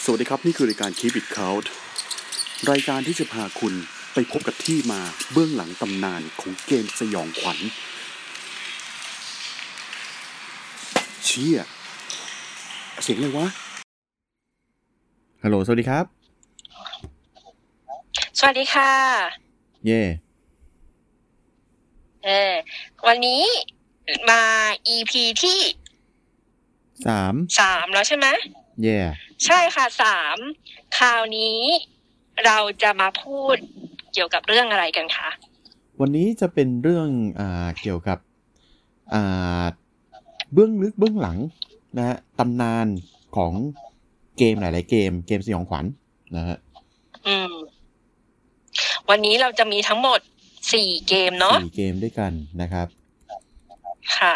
สวัสดีครับนี่คือรายการ Keep It Count รายการที่จะพาคุณไปพบกับที่มาเบื้องหลังตำนานของเกมสยองขวัญเชี่ยเสียงอะไรวะฮัลโหลสวัสดีครับสวัสดีค่ะเย่วันนี้มา EP ที่3แล้วใช่ไหมเย่ใช่ค่ะ3คราวนี้เราจะมาพูดเกี่ยวกับเรื่องอะไรกันคะวันนี้จะเป็นเรื่องเกี่ยวกับเบื้องลึกเบื้องหลังนะฮะตำนานของเกมหลายๆเกมสยองขวัญนะฮะวันนี้เราจะมีทั้งหมด4เกมเนาะ 4เกมด้วยกันนะครับค่ะ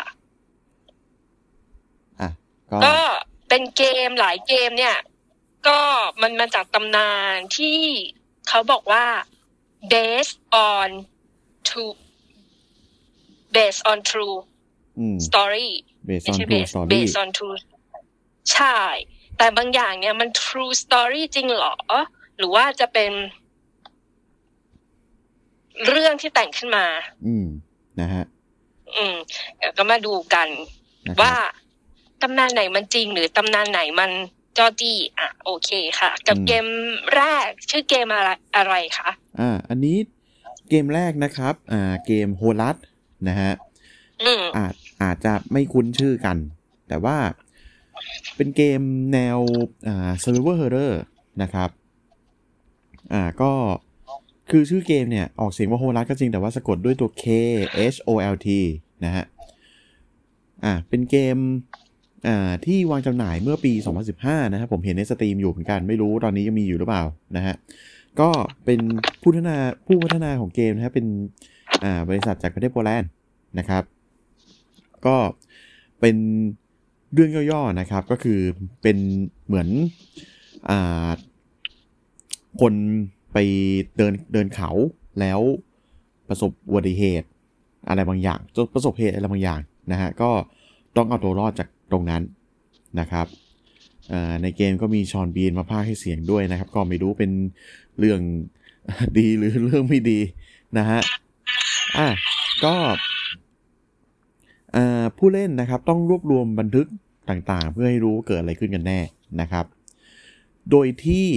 ก็เป็นเกมหลายเกมเนี่ยก็มันมาจากตำนานที่เขาบอกว่า based on true story based on true ใช่แต่บางอย่างเนี่ยมัน true story จริงเหรอหรือว่าจะเป็นเรื่องที่แต่งขึ้นมานะฮะก็มาดูกันว่าตำนานไหนมันจริงหรือตำนานไหนมันจอจี้โอเคค่ะกับเกมแรกชื่อเกมอะไรคะอันนี้เกมแรกนะครับเกมโฮลัสนะฮะอาจจะไม่คุ้นชื่อกันแต่ว่าเป็นเกมแนวsurvival horror นะครับก็คือชื่อเกมเนี่ยออกเสียงว่าโฮลัสก็จริงแต่ว่าสะกดด้วยตัว K H O L T นะฮะเป็นเกมที่วางจำหน่ายเมื่อปี2015นะครับผมเห็นในสตรีมอยู่เหมือนกันไม่รู้ตอนนี้ยังมีอยู่หรือเปล่านะฮะก็เป็นผู้พัฒนาของเกมนะครับเป็นบริษัทจากประเทศโปแลนด์นะครับก็เป็นเรื่องย่อๆนะครับก็คือเป็นเหมือนคนไปเดินเขาแล้วประสบอุบัติเหตุอะไรบางอย่างประสบเหตุอะไรบางอย่างนะฮะก็ต้องเอาตัวรอดจากตรงนั้นนะครับในเกมก็มีชอนบีนมาพากย์ให้เสียงด้วยนะครับก็ไม่รู้เป็นเรื่องดีหรือเรื่องไม่ดีนะฮะก็ผู้เล่นนะครับต้องรวบรวมบันทึกต่างๆเพื่อให้รู้เกิดอะไรขึ้นกันแน่นะครับโดยที่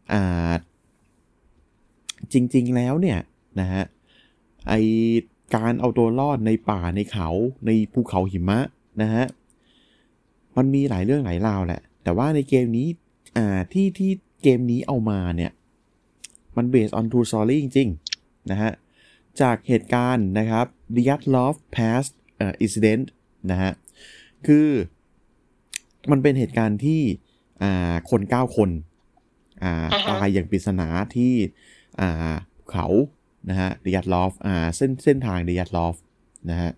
จริงๆแล้วเนี่ยนะฮะไอการเอาตัวรอดในป่าในเขาในภูเขาหิมะนะฮะมันมีหลายเรื่องหลายราวแหละแต่ว่าในเกมนี้ที่เกมนี้เอามาเนี่ยมัน based on true story จริงๆนะฮะจากเหตุการณ์นะครับ Dyatlov Pass Incident นะฮะคือมันเป็นเหตุการณ์ที่คน9คนตายอย่างปริศนาที่เขานะฮะ Dyatlov เส้นทาง Dyatlov นะฮะ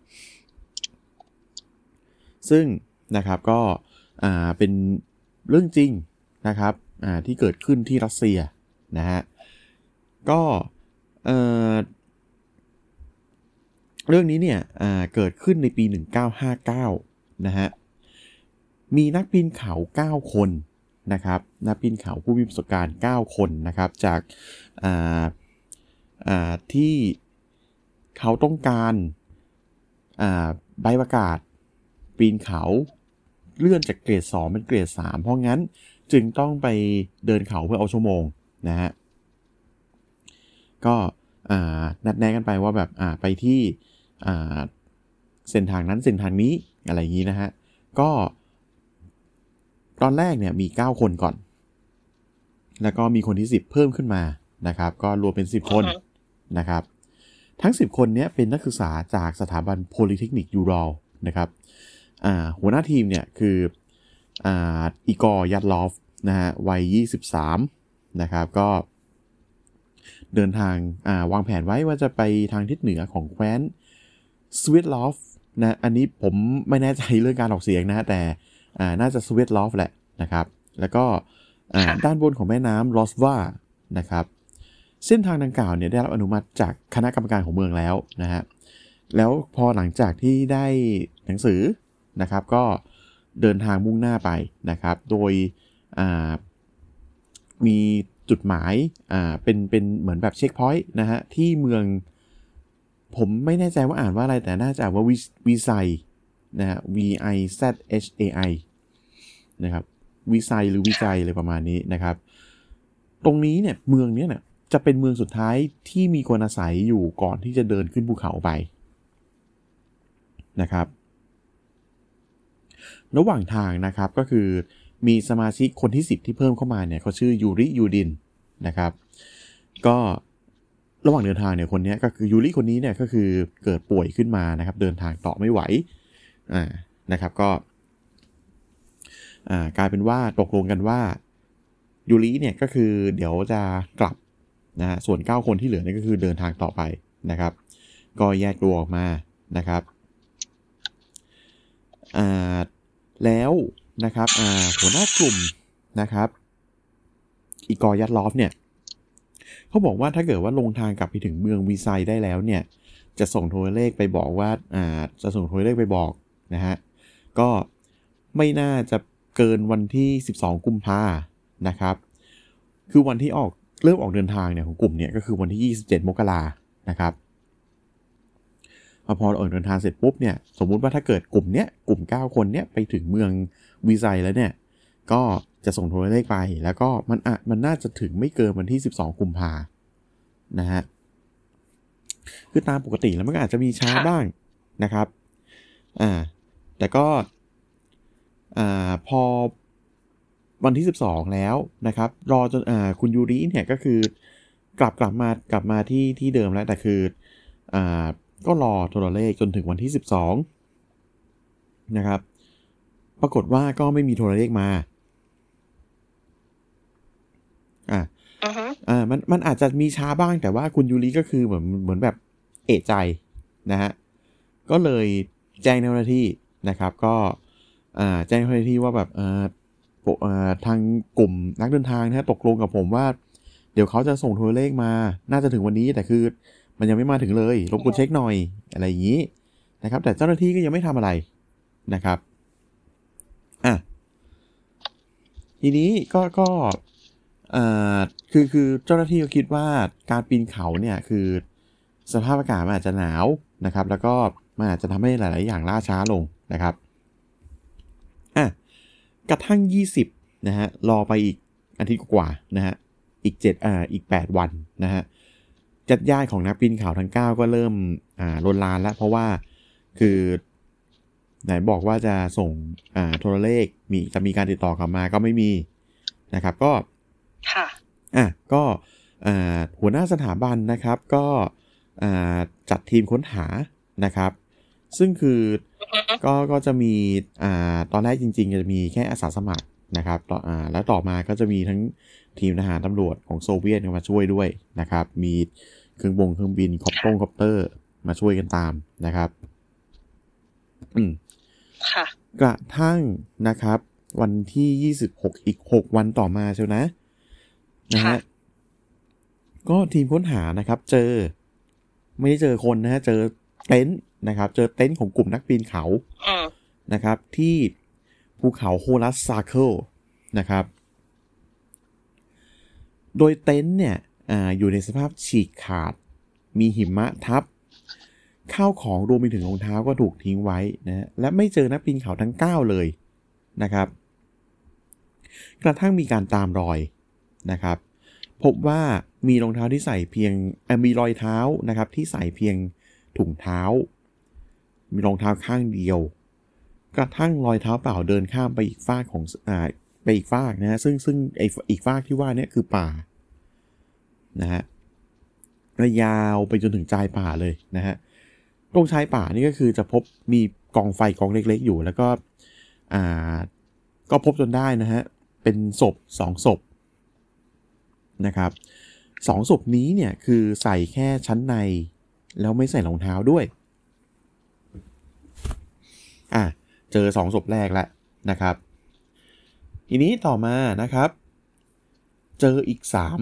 ซึ่งนะครับก็เป็นเรื่องจริงนะครับที่เกิดขึ้นที่รัสเซียนะฮะก็เรื่องนี้เนี่ยเกิดขึ้นในปี1959นะฮะมีนักปีนเขา9คนนะครับนักปีนเขาผู้มีประสบการณ์9คนนะครับจากที่เขาต้องการใบประกาศปีนเขาเลื่อนจากเกรด2เป็นเกรด3เพราะงั้นจึงต้องไปเดินเขาเพื่อเอาชั่วโมงนะฮะก็นัดแนะกันไปว่าแบบไปที่เส้นทางนั้นเส้นทางนี้อะไรอย่างนี้นะฮะก็ตอนแรกเนี่ยมี9คนก่อนแล้วก็มีคนที่10เพิ่มขึ้นมานะครับก็รวมเป็น10คนนะครับทั้ง10คนนี้เป็นนักศึกษาจากสถาบันโพลิเทคนิคยูรอลนะครับหัวหน้าทีมเนี่ยคืออีกอร์ยัตลอฟนะฮะวัย23นะครับก็เดินทางวางแผนไว้ว่าจะไปทางทิศเหนือของแคว้นสวิตลอฟนะอันนี้ผมไม่แน่ใจเรื่องการออกเสียงนะแต่น่าจะสวิตลอฟแหละนะครับแล้วก็ด้านบนของแม่น้ำลอสวานะครับเส้นทางดังกล่าวเนี่ยได้รับอนุมัติจากคณะกรรมการของเมืองแล้วนะฮะแล้วพอหลังจากที่ได้หนังสือนะครับก็เดินทางมุ่งหน้าไปนะครับโดยมีจุดหมายเป็นเหมือนแบบเช็คพอยต์นะฮะที่เมืองผมไม่แน่ใจว่าอ่านว่าอะไรแต่น่าจะอ่านว่าวิไซนะฮะ VIZHAI นะครับวิไซหรือวิจัยอะไรประมาณนี้นะครับตรงนี้เนี่ยเมืองเนี้ยเนี่ยจะเป็นเมืองสุดท้ายที่มีคนอาศัยอยู่ก่อนที่จะเดินขึ้นภูเขาไปนะครับระหว่างทางนะครับก็คือมีสมาชิกคนที่10ที่เพิ่มเข้ามาเนี่ยเขาชื่อยูริยูดินนะครับก็ระหว่างเดินทางเนี่ยคนนี้ก็คือยูริคนนี้เนี่ยก็คือเกิดป่วยขึ้นมานะครับเดินทางต่อไม่ไหวนะครับก็กลายเป็นว่าตกลงกันว่ายูริเนี่ยก็คือเดี๋ยวจะกลับนะฮะส่วน9คนที่เหลือเนี่ยก็คือเดินทางต่อไปนะครับก็แยกตัวออกมานะครับแล้วนะครับหัวหน้ากลุ่มนะครับอีกอร์ยัตลอฟเนี่ยเขาบอกว่าถ้าเกิดว่าลงทางกลับไปถึงเมืองวีไซได้แล้วเนี่ยจะส่งโทรเลขไปบอกว่าจะส่งโทรเลขไปบอกนะฮะก็ไม่น่าจะเกินวันที่12กุมภานะครับคือวันที่เริ่มออกเดินทางเนี่ยของกลุ่มเนี่ยก็คือวันที่27มกรานะครับพอออกเดินทางเสร็จปุ๊บเนี่ยสมมุติว่าถ้าเกิดกลุ่ม9คนเนี่ยไปถึงเมืองวีไซแล้วเนี่ยก็จะส่งโทรเลขไปแล้วก็มันน่าจะถึงไม่เกินวันที่12กุมภานะฮะคือตามปกติแล้วมันก็อาจจะมีช้าบ้างนะครับแต่ก็พอวันที่12แล้วนะครับรอจนคุณยูริเนี่ยก็คือกลับมาที่เดิมแล้วแต่คือก็รอโทรเลขจนถึงวันที่12นะครับปรากฏว่าก็ไม่มีโทรเลขมามันอาจจะมีช้าบ้างแต่ว่าคุณยูริก็คือเหมือนแบบเอะใจนะฮะก็เลยแจ้งเจ้าหน้าที่นะครับก็แจ้งเจ้าหน้าที่ว่าแบบทางกลุ่มนักเดินทางนะตกลงกับผมว่าเดี๋ยวเขาจะส่งโทรเลขมาน่าจะถึงวันนี้แต่คือมันยังไม่มาถึงเลยรบกวนเช็คหน่อยอะไรอย่างนี้นะครับแต่เจ้าหน้าที่ก็ยังไม่ทำอะไรนะครับทีนี้ก็คือเจ้าหน้าที่ก็คิดว่าการปีนเขาเนี่ยคือสภาพอากาศมันอาจจะหนาวนะครับแล้วก็มันอาจจะทำให้หลายๆอย่างล่าช้าลงนะครับกระทั่ง20นะฮะรอไปอีกอาทิตย์กว่านะฮะอีก8วันนะฮะญาติของนักปีนเขาทั้ง9ก็เริ่มลนลานแล้วเพราะว่าคือไหนบอกว่าจะส่งโทรเลขจะมีการติดต่อกลับมาก็ไม่มีนะครับก็ก็หัวหน้าสถาบันนะครับก็จัดทีมค้นหานะครับซึ่งคือก็จะมีตอนแรกจริงๆจะมีแค่อาสาสมัครนะครับแล้วต่อมาก็จะมีทั้งทีมทหารตำรวจของโซเวียตมาช่วยด้วยนะครับมีเครื่องบินคอปเตอร์มาช่วยกันตามนะครับกระทั่งนะครับวันที่26อีก6วันต่อมาใช่ไหมนะฮะก็ทีมค้นหานะครับไม่ได้เจอคนนะฮะเจอเต็นท์นะครับเจอเต็นท์ของกลุ่มนักปีนเขานะครับที่ภูเขาโฮลัสซาเคิลนะครับโดยเต็นท์เนี่ยอยู่ในสภาพฉีกขาดมีหิมะทับข้าวของรวมไปถึงรองเท้าก็ถูกทิ้งไว้นะและไม่เจอนักปีนเขาทั้ง9เลยนะครับกระทั่งมีการตามรอยนะครับพบว่ามีรองเท้าที่ใส่เพียงมีรอยเท้านะครับที่ใส่เพียงถุงเท้ามีรองเท้าข้างเดียวกระทั่งรอยเท้าเปล่าเดินข้ามไปอีกฟากของไปอีกฟากนะฮะซึ่งอีกฟากที่ว่านี่คือป่านะฮะระยาวไปจนถึงชายป่าเลยนะฮะตรงชายป่านี่ก็คือจะพบมีกองไฟกองเล็กๆอยู่แล้วก็พบจนได้นะฮะเป็นศพ2ศพนะครับ2ศพนี้เนี่ยคือใส่แค่ชั้นในแล้วไม่ใส่รองเท้าด้วยเจอ2ศพแรกแล้วนะครับทีนี้ต่อมานะครับเจออีก3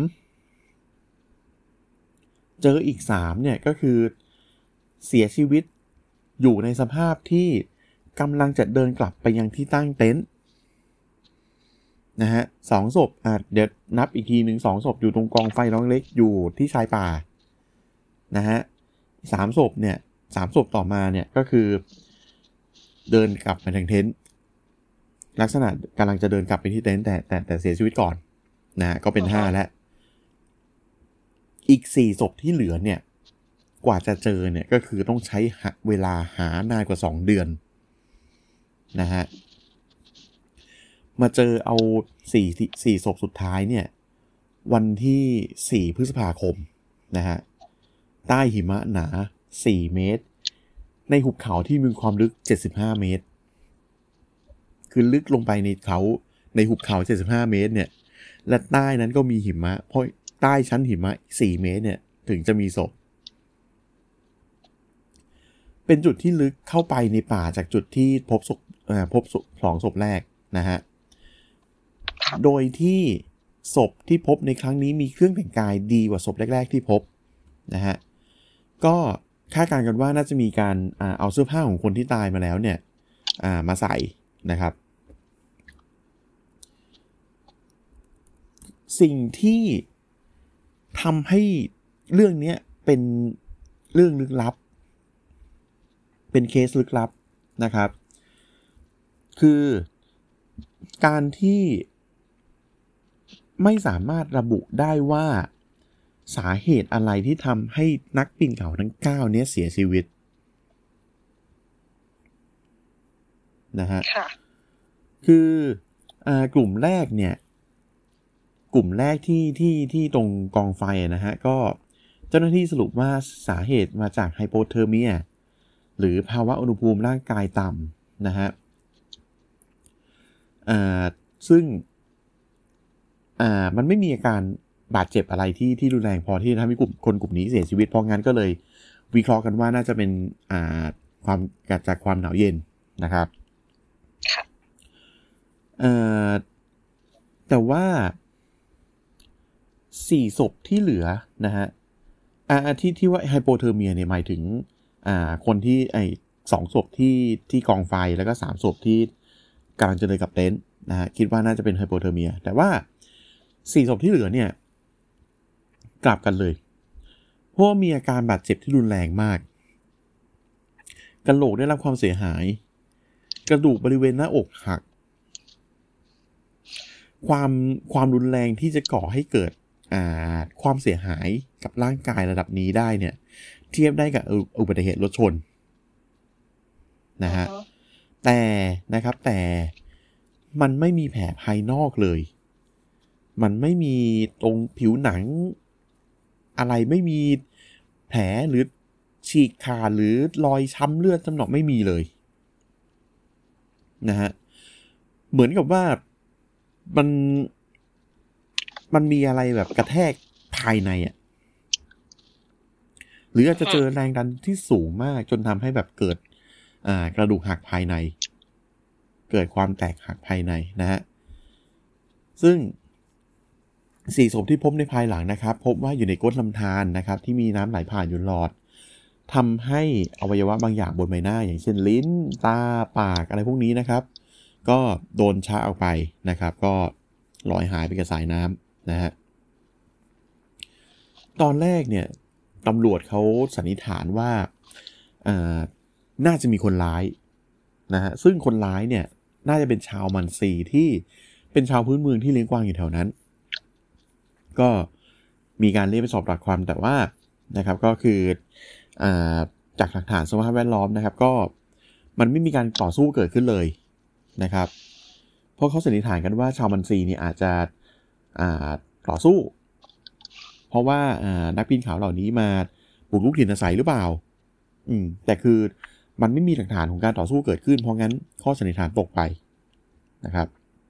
เนี่ยก็คือเสียชีวิตอยู่ในสภาพที่กำลังจะเดินกลับไปยังที่ตั้งเต็นท์นะฮะ2ศพเดี๋ยวนับอีกทีนึง2ศพอยู่ตรงกองไฟน้องเล็กอยู่ที่ชายป่านะฮะ3ศพเนี่ย3ศพต่อมาเนี่ยก็คือเดินกลับไปทางเต็นท์ลักษณะกำลังจะเดินกลับไปที่เต็นท์แต่เสียชีวิตก่อนนะก็เป็น5แล้วอีก4ศพที่เหลือเนี่ยกว่าจะเจอเนี่ยก็คือต้องใช้เวลาหานานกว่า2เดือนนะฮะมาเจอเอา4ศพสุดท้ายเนี่ยวันที่4พฤษภาคมนะฮะใต้หิมะหนา4เมตรในหุบเขาที่มีความลึก75เมตรคือลึกลงไปในเขาในหุบเขา75เมตรเนี่ยและใต้นั้นก็มีหิมะเพราะใต้ชั้นหิมะ4เมตรเนี่ยถึงจะมีศพเป็นจุดที่ลึกเข้าไปในป่าจากจุดที่พบ2ศพแรกนะฮะโดยที่ศพที่พบในครั้งนี้มีเครื่องแต่งกายดีกว่าศพแรกๆที่พบนะฮะก็คาดการณ์กันว่าน่าจะมีการเอาเสื้อผ้าของคนที่ตายมาแล้วเนี่ยมาใส่นะครับสิ่งที่ทำให้เรื่องนี้เป็นเรื่องลึกลับเป็นเคสลึกลับนะครับคือการที่ไม่สามารถระบุได้ว่าสาเหตุอะไรที่ทำให้นักปีนเขาทั้ง9เนี้ยเสียชีวิตนะฮะคือกลุ่มแรกเนี่ยกลุ่มแรกที่ตรงกองไฟนะฮะก็เจ้าหน้าที่สรุปว่าสาเหตุมาจากไฮโปเทอร์เมียหรือภาวะอุณหภูมิร่างกายต่ำนะฮะซึ่งมันไม่มีอาการบาดเจ็บอะไรที่รุนแรงพอที่จะทำให้คนกลุ่มนี้เสียชีวิตเพราะงั้นก็เลยวิเคราะห์กันว่าน่าจะเป็นความเกิดจากความหนาวเย็นนะครับแต่ว่า4ศพที่เหลือนะฮะที่ว่าไฮโปเทอร์เมียเนี่ยหมายถึงคนที่2ศพที่กองไฟแล้วก็3ศพที่กำลังจะเดินกับเต็นท์นะฮะคิดว่าน่าจะเป็นไฮโปเทอร์เมียแต่ว่า4ศพที่เหลือเนี่ยกลับกันเลยเพราะมีอาการบาดเจ็บที่รุนแรงมากกะโหลกได้รับความเสียหายกระดูกบริเวณหน้าอกหักความรุนแรงที่จะก่อให้เกิดความเสียหายกับร่างกายระดับนี้ได้เนี่ยเทียบได้กับอุบัติเหตุรถชนนะฮะแต่มันไม่มีแผลภายนอกเลยมันไม่มีตรงผิวหนังอะไรไม่มีแผลหรือฉีกขาดหรือรอยช้ำเลือดจำหนอกไม่มีเลยนะฮะเหมือนกับว่ามันมีอะไรแบบกระแทกภายในหรืออาจจะเจอแรงดันที่สูงมากจนทำให้แบบเกิดกระดูกหักภายในเกิดความแตกหักภายในนะฮะซึ่ง4ศพที่พบในภายหลังนะครับพบว่าอยู่ในก้นลำธารนะครับที่มีน้ำไหลผ่านอยู่หลอดทำให้อวัยวะบางอย่างบนใบหน้าอย่างเช่นลิ้นตาปากอะไรพวกนี้นะครับก็โดนช้าออกไปนะครับก็ลอยหายไปกับสายน้ำนะฮะตอนแรกเนี่ยตำรวจเขาสันนิษฐานว่าน่าจะมีคนร้ายนะฮะซึ่งคนร้ายเนี่ยน่าจะเป็นชาวมันซีที่เป็นชาวพื้นเมืองที่เลี้ยงกวางอยู่แถวนั้นก็มีการเรียกไปสอบปากคำแต่ว่านะครับก็คือจากหลักฐานสภาพแวดล้อมนะครับก็มันไม่มีการต่อสู้เกิดขึ้นเลยนะครับเพราะเขาสันนิษฐานกันว่าชาวมันซีเนี่ยอาจจะต่อสู้เพราะว่านักปีนเขาเหล่านี้มาบุกรุกถิ่นอาศัยหรือเปล่าแต่คือมันไม่มีหลักฐานของการต่อสู้เกิดขึ้นเพราะงั้นข้อสันนิษฐานตกไปนะครับ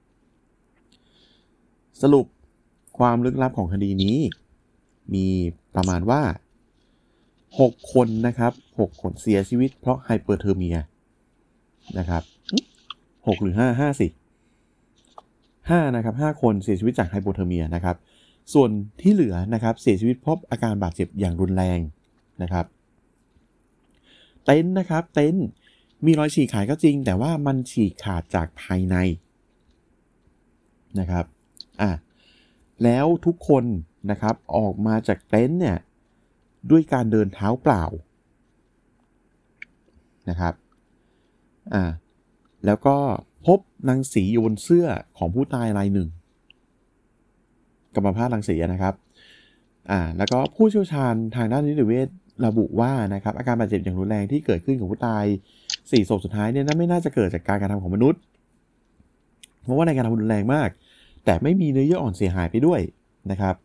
สรุปความลึกลับของคดีนี้มีประมาณว่า6คนนะครับ6คนเสียชีวิตเพราะไฮเปอร์เทอร์เมียนะครับ6หรือ5สิ5นะครับ5คนเสียชีวิตจากไฮโปเทอร์เมียนะครับส่วนที่เหลือนะครับเสียชีวิตเพราะอาการบาดเจ็บอย่างรุนแรงนะครับเต็นท์นะครับเต็นท์มีรอยฉีกขาดก็จริงแต่ว่ามันฉีกขาดจากภายในนะครับแล้วทุกคนนะครับออกมาจากเต็นท์เนี่ยด้วยการเดินเท้าเปล่านะครับแล้วก็พบรังสีอยู่บนเสื้อของผู้ตายรายหนึ่งกัมมันตภาพรังสีนะครับแล้วก็ผู้เชี่ยวชาญทางด้านนิติเวชระบุว่านะครับอาการบาดเจ็บอย่างรุนแรงที่เกิดขึ้นกับผู้ตาย4ศพสุดท้ายเนี่ยไม่น่าจะเกิดจากการกระทำของมนุษย์เพราะว่าในการทำรุนแรงมากแต่ไม่มีเนื้อเยื่ออ่อนเสียหายไปด้วยนะครับ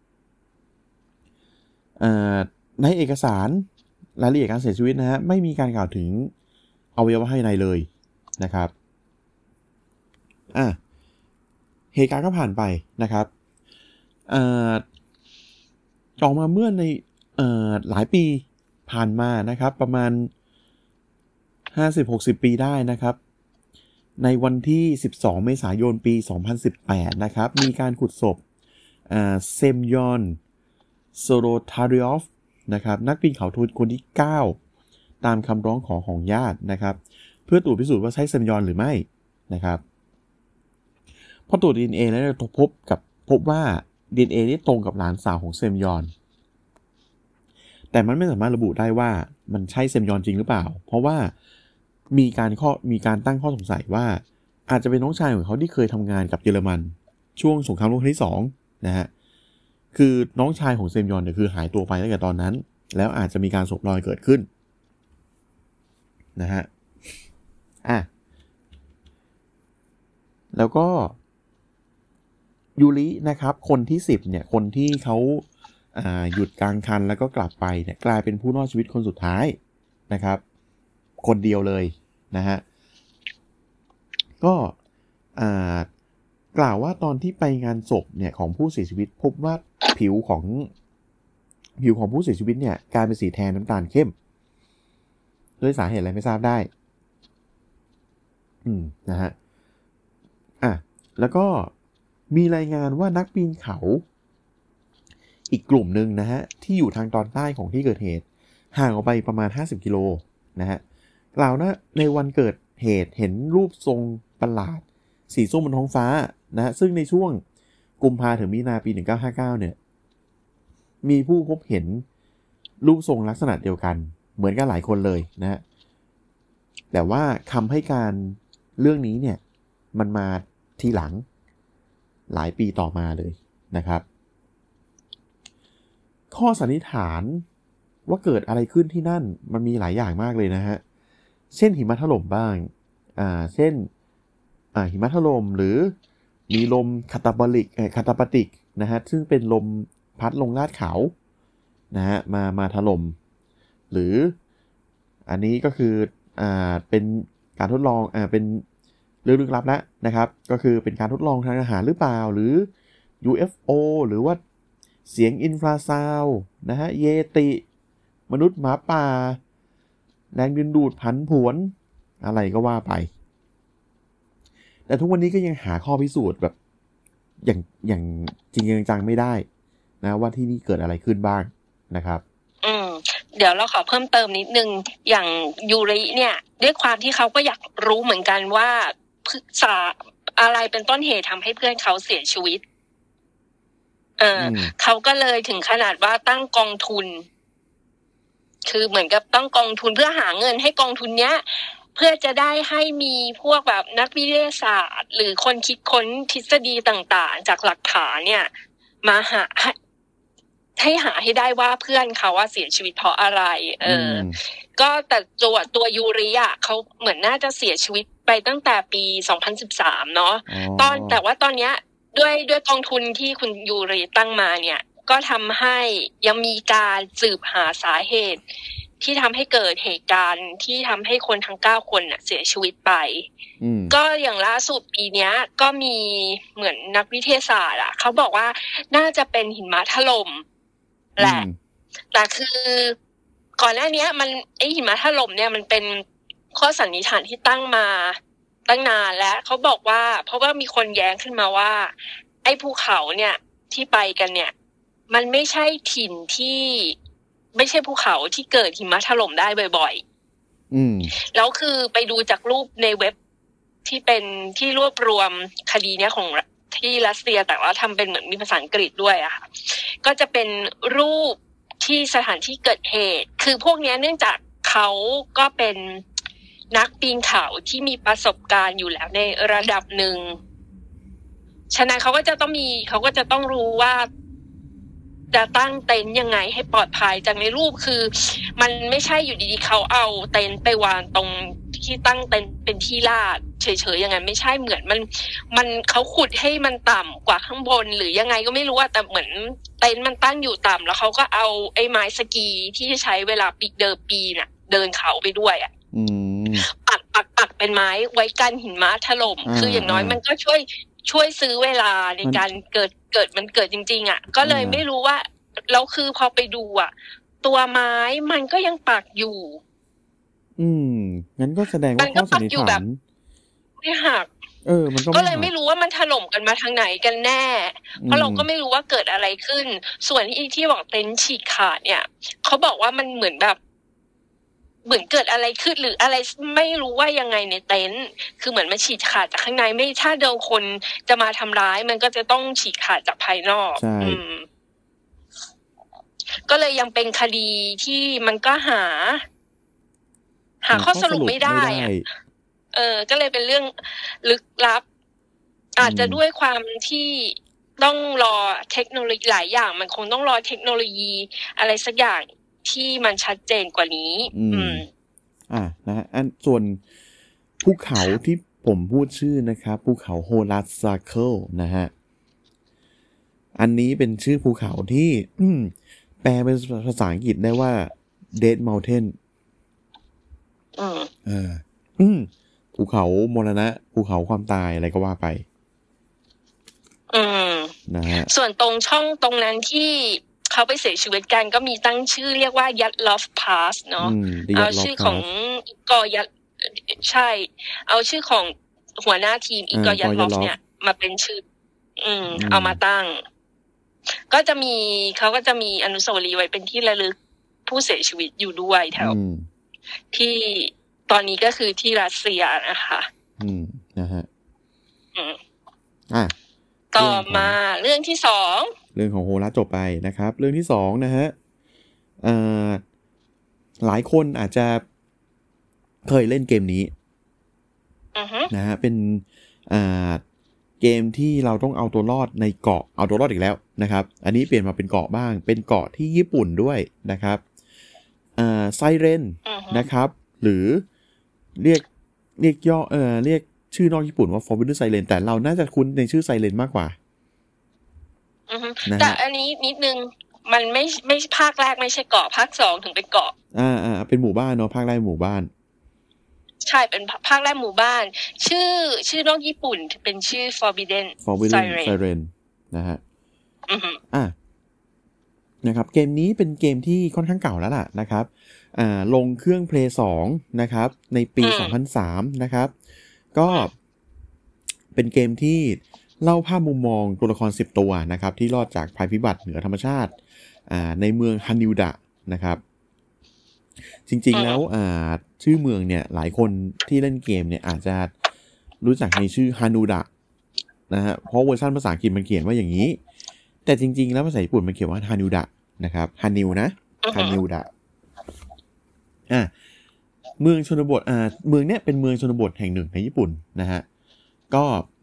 ในเอกสารรายละเอียดการเสียชีวิตนะฮะไม่มีการกล่าวถึงอวัยวะภายในเลยนะครับเหตุการณ์ก็ผ่านไปนะครับต่อมาเมื่อในหลายปีผ่านมานะครับประมาณ 50-60 ปีได้นะครับในวันที่12เมษายนปี2018นะครับมีการขุดศพเซมยอนโซโรทาริอฟนะครับนักปีนเขาทุนคนที่9ตามคำร้องขอของญาตินะครับเพื่อตรวจพิสูจน์ว่าใช่เซมยอนหรือไม่นะครับพอตรวจ DNA แล้วพบว่า DNA นี่ตรงกับหลานสาวของเซมยอนแต่มันไม่สามารถระบุได้ว่ามันใช่เซมยอนจริงหรือเปล่าเพราะว่ามีการตั้งข้อสงสัยว่าอาจจะเป็นน้องชายของเขาที่เคยทำงานกับเยอรมันช่วงสงครามโลกครั้งที่2นะฮะคือน้องชายของเซมยอนเนี่ยคือหายตัวไปตั้งแต่ตอนนั้นแล้วอาจจะมีการศพลอยเกิดขึ้นนะฮะแล้วก็ยูรินะครับคนที่10เนี่ยคนที่เขาหยุดกลางคันแล้วก็กลับไปเนี่ยกลายเป็นผู้รอดชีวิตคนสุดท้ายนะครับคนเดียวเลยนะฮะก็กล่าวว่าตอนที่ไปงานศพเนี่ยของผู้เสียชีวิตพบว่าผิวของผู้เสียชีวิตเนี่ยกลายเป็นสีแทนน้ำตาลเข้มด้วยสาเหตุอะไรไม่ทราบได้นะฮะแล้วก็มีรายงานว่านักปีนเขาอีกกลุ่มหนึ่งนะฮะที่อยู่ทางตอนใต้ของที่เกิดเหตุห่างออกไปประมาณ50กิโลนะฮะกล่าวนะในวันเกิดเหตุเห็นรูปทรงประหลาดสีส้มบนท้องฟ้านะฮะซึ่งในช่วงกุมภาถึงมีนาปี1959เนี่ยมีผู้พบเห็นรูปทรงลักษณะเดียวกันเหมือนกันหลายคนเลยนะฮะแต่ว่าคำให้การเรื่องนี้เนี่ยมันมาทีหลังหลายปีต่อมาเลยนะครับข้อสันนิษฐานว่าเกิดอะไรขึ้นที่นั่นมันมีหลายอย่างมากเลยนะฮะเช่นหิมะถล่มบ้างเช่นหิมะถล่มหรือมีลมคาตาปาติกนะฮะซึ่งเป็นลมพัดลงลาดเขานะฮะมาถล่มหรืออันนี้ก็คือเป็นการทดลองเป็นเรื่องลึกลับแล้วนะครับก็คือเป็นการทดลองทางอาหารหรือเปล่าหรือ UFO หรือว่าเสียงอินฟราซาวด์นะฮะเยติมนุษย์หมาป่าแรงดึงดูดผันผวนอะไรก็ว่าไปแต่ทุกวันนี้ก็ยังหาข้อพิสูจน์แบบอย่างจริงจังไม่ได้นะว่าที่นี่เกิดอะไรขึ้นบ้างนะครับเดี๋ยวเราขอเพิ่มเติมนิดนึงอย่างยูริเนี่ยด้วยความที่เขาก็อยากรู้เหมือนกันว่าอะไรเป็นต้นเหตุทำให้เพื่อนเขาเสียชีวิตเขาก็เลยถึงขนาดว่าตั้งกองทุนคือเหมือนกับตั้งกองทุนเพื่อหาเงินให้กองทุนเนี้ยเพื่อจะได้ให้มีพวกแบบนักวิทยาศาสตร์หรือคนคิดค้นทฤษฎีต่างๆจากหลักฐานเนี่ยมาหาให้ได้ว่าเพื่อนเขาว่าเสียชีวิตเพราะอะไรก็แต่ตัวยูริอ่ะเขาเหมือนน่าจะเสียชีวิตไปตั้งแต่ปี2013เนาะแต่ว่าตอนเนี้ยด้วยกองทุนที่คุณยูริตั้งมาเนี่ยก็ทำให้ยังมีการสืบหาสาเหตุที่ทำให้เกิดเหตุการณ์ที่ทำให้คนทั้ง9คนน่ะเสียชีวิตไปก็อย่างล่าสุดปีนี้ก็มีเหมือนนักวิทยาศาสตร์อ่ะเขาบอกว่าน่าจะเป็นหิมะถล่มแหละแต่คือก่อนหน้านี้หิมะถล่มเนี่ยมันเป็นข้อสันนิษฐานที่ตั้งมาตั้งนานแล้วเขาบอกว่าเพราะว่ามีคนแย้งขึ้นมาว่าไอ้ภูเขาเนี่ยที่ไปกันเนี่ยมันไม่ใช่ถิ่นที่ไม่ใช่ภูเขาที่เกิดหิมะถล่มได้บ่อยๆแล้วคือไปดูจากรูปในเว็บที่เป็นที่รวบรวมคดีเนี้ยของที่รัสเซียแต่ว่าทำเป็นเหมือนมีภาษาอังกฤษด้วยอะค่ะก็จะเป็นรูปที่สถานที่เกิดเหตุคือพวกนี้เนื่องจากเขาก็เป็นนักปีนเขาที่มีประสบการณ์อยู่แล้วในระดับหนึ่งฉะนั้นเขาก็จะต้องรู้ว่าจะตั้งเต็นท์ยังไงให้ปลอดภัยจากในรูปคือมันไม่ใช่อยู่ดีๆเขาเอาเต็นท์ไปวางตรงที่ตั้งเต็นท์เป็นที่ลาดเฉยๆอย่างนั้นไม่ใช่เหมือนมันเขาขุดให้มันต่ำกว่าข้างบนหรือยังไงก็ไม่รู้แต่เหมือนเต็นท์มันตั้งอยู่ต่ำแล้วเขาก็เอาไอ้ไม้สกีที่ใช้เวลาปีน่ะเดินเขาไปด้วยปักเป็นไม้ไว้กันหิมะถล่มคืออย่างน้อยมันก็ช่วยซื้อเวลาในการเกิดมันเกิดจริงๆก็เลยไม่รู้ว่าแล้วคือพอไปดูตัวไม้มันก็ยังปักอยู่งั้นก็แสดงว่าข้อสันนิษฐานไม่หักมันก็เลยไม่รู้ว่ามันถล่มกันมาทางไหนกันแน่เพราะเราก็ไม่รู้ว่าเกิดอะไรขึ้นส่วนที่บอกเต็นท์ฉีกขาดเนี่ยเขาบอกว่ามันเหมือนเกิดอะไรขึ้นหรืออะไรไม่รู้ว่ายังไงในเต็นท์คือเหมือนมันฉีกขาดจากข้างในไม่ถ้าเดิมคนจะมาทำร้ายมันก็จะต้องฉีกขาดจากภายนอกก็เลยยังเป็นคดีที่มันก็หาข้อสรุปไม่ได้ก็เลยเป็นเรื่องลึกลับอาจจะด้วยความที่ต้องรอเทคโนโลยีหลายอย่างมันคงต้องรอเทคโนโลยีอะไรสักอย่างที่มันชัดเจนกว่านี้นะฮะส่วนภูเขาที่ผมพูดชื่อนะครับภูเขาโฮลัสซาเคิลนะฮะอันนี้เป็นชื่อภูเขาที่แปลเป็นภาษาอังกฤษได้ว่า Dead Mountain ภูเขามรณะภูเขาความตายอะไรก็ว่าไปนะฮะส่วนตรงช่องตรงนั้นที่เขาไปเสียชีวิตกันก็มีตั้งชื่อเรียกว่ายัดลอฟพาสเนาะเอาชื่อของอีกอยัดใช่เอาชื่อของหัวหน้าทีมอีกอยัดลอฟเนี่ยมาเป็นชื่อเอามาตั้งก็จะมีเขาก็จะมีอนุสาวรีย์ไว้เป็นที่ระลึกผู้เสียชีวิตอยู่ด้วยแถวที่ตอนนี้ก็คือที่รัสเซียนะคะนะฮะต่อมาเรื่องที่สองเรื่องของโฮลัสจบไปนะครับเรื่องที่สองนะฮะหลายคนอาจจะเคยเล่นเกมนี้นะฮะเป็นเกมที่เราต้องเอาตัวรอดในเกาะเอาตัวรอดอีกแล้วนะครับอันนี้เปลี่ยนมาเป็นเกาะบ้างเป็นเกาะที่ญี่ปุ่นด้วยนะครับไซเรนนะครับหรือเรียกย่อเรียกชื่อนอกญี่ปุ่นว่า Forbidden Siren แต่เราน่าจะคุ้นในชื่อไซเรนมากกว่าแต่อันนี้นิดนึงมันไม่ภาคแรกไม่ใช่เกาะภาค2ถึงเป็นเกาะเป็นหมู่บ้านเนาะภาคแรกหมู่บ้านใช่เป็นภาคแรกหมู่บ้านชื่อนอกญี่ปุ่นเป็นชื่อ Forbidden Siren นะฮะนะครับเกมนี้เป็นเกมที่ค่อนข้างเก่าแล้วล่ะนะครับลงเครื่อง Play 2นะครับในปี2003นะครับก็เป็นเกมที่เล่าภาพมุมมองตัวละคร10ตัวนะครับที่รอดจากภัยพิบัติเหนือธรรมชาติในเมืองฮันนิวดะนะครับจริงๆแล้วชื่อเมืองเนี่ยหลายคนที่เล่นเกมเนี่ยอาจจะรู้จักในชื่อฮานูดะนะฮะเพราะเวอร์ชันภาษาอังกฤษมันเขียนว่าอย่างนี้แต่จริงๆแล้วภาษาญี่ปุ่นมันเขียนว่าฮานิวดะนะครับฮานิวนะฮานิวดะเมืองชนบทเมืองเนี้ยเป็นเมืองชนบทแห่งหนึ่งในญี่ปุ่นนะฮะก็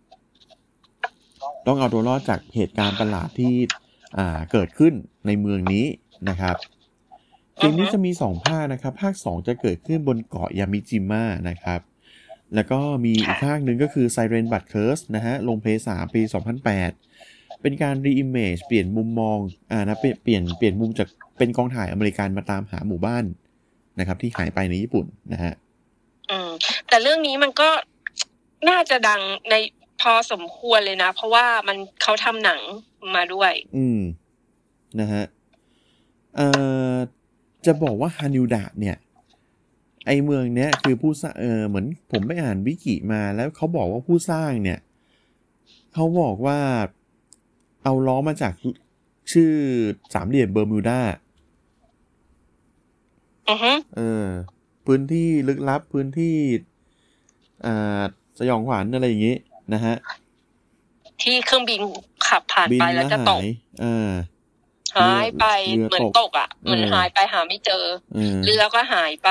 ต้องเอาตัวรอดจากเหตุการณ์ประหลาดที่เกิดขึ้นในเมืองนี้นะครับเกมนี้จะมี2ภาคนะครับภาค2จะเกิดขึ้นบนเกาะยามิจิมะนะครับแล้วก็มีอีกภาคหนึ่งก็คือ Siren But Curse นะฮะลง PS3 ปี2008เป็นการ re-image เปลี่ยนมุมมองนะเปลี่ยนมุมจากเป็นกองถ่ายอเมริกันมาตามหาหมู่บ้านนะครับที่หายไปในญี่ปุ่นนะฮะแต่เรื่องนี้มันก็น่าจะดังในพอสมควรเลยนะเพราะว่าเขาทำหนังมาด้วยนะฮะจะบอกว่าฮานิวดะเนี่ยไอเมืองเนี้ยคือผู้สร้างเหมือนผมไปอ่านวิกิมาแล้วเขาบอกว่าผู้สร้างเนี่ยเขาบอกว่าเอาล้อมาจากชื่อสามเหลี่ยมเบอร์มิวดาพื้นที่ลึกลับพื้นที่สยองขวัญอะไรอย่างงี้นะฮะที่เครื่องบินขับผ่านไปแล้วจะตกหายไปเหมือนตกอ่ะเหมือนหายไปหาไม่เจอเรือก็หายไป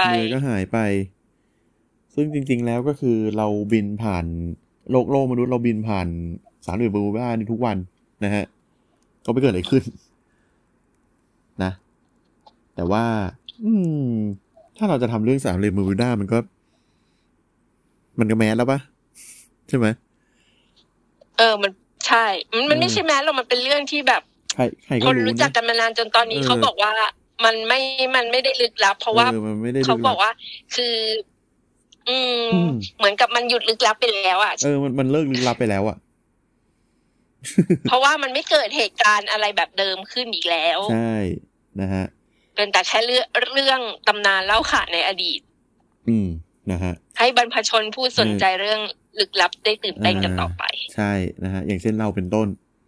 ซึ่งจริงๆแล้วก็คือเราบินผ่านโลกมนุษย์เราบินผ่านสามเหลี่ยมเบอร์มูดานี่ทุกวันนะฮะก็ไม่เกิดอะไรขึ้นนะแต่ว่าถ้าเราจะทำเรื่องสามเหลี่ยมเบอร์มูดามันก็แมสแล้วปะใช่ไหมมันใช่มันไม่ใช่แมสหรอกมันเป็นเรื่องที่แบบคนรู้จักกันมานานจนตอนนี้เขาบอกว่ามันไม่ได้ลึกลับเพราะว่าเขาบอกว่าคือเหมือนกับมันหยุดลึกลับไปแล้วอ่ะมันเลิกลึกลับไปแล้วอ่ะเพราะว่ามันไม่เกิดเหตุการณ์อะไรแบบเดิมขึ้นอีกแล้วใช่นะฮะเป็นแต่แค่เรื่องตำนานเล่าขานในอดีตนะฮะให้บรรพชนผู้สนใจเรื่องลึกลับได้ตื่นเต้นกันต่อไปใช่นะฮะอย่างเช่นเราเป็นต้น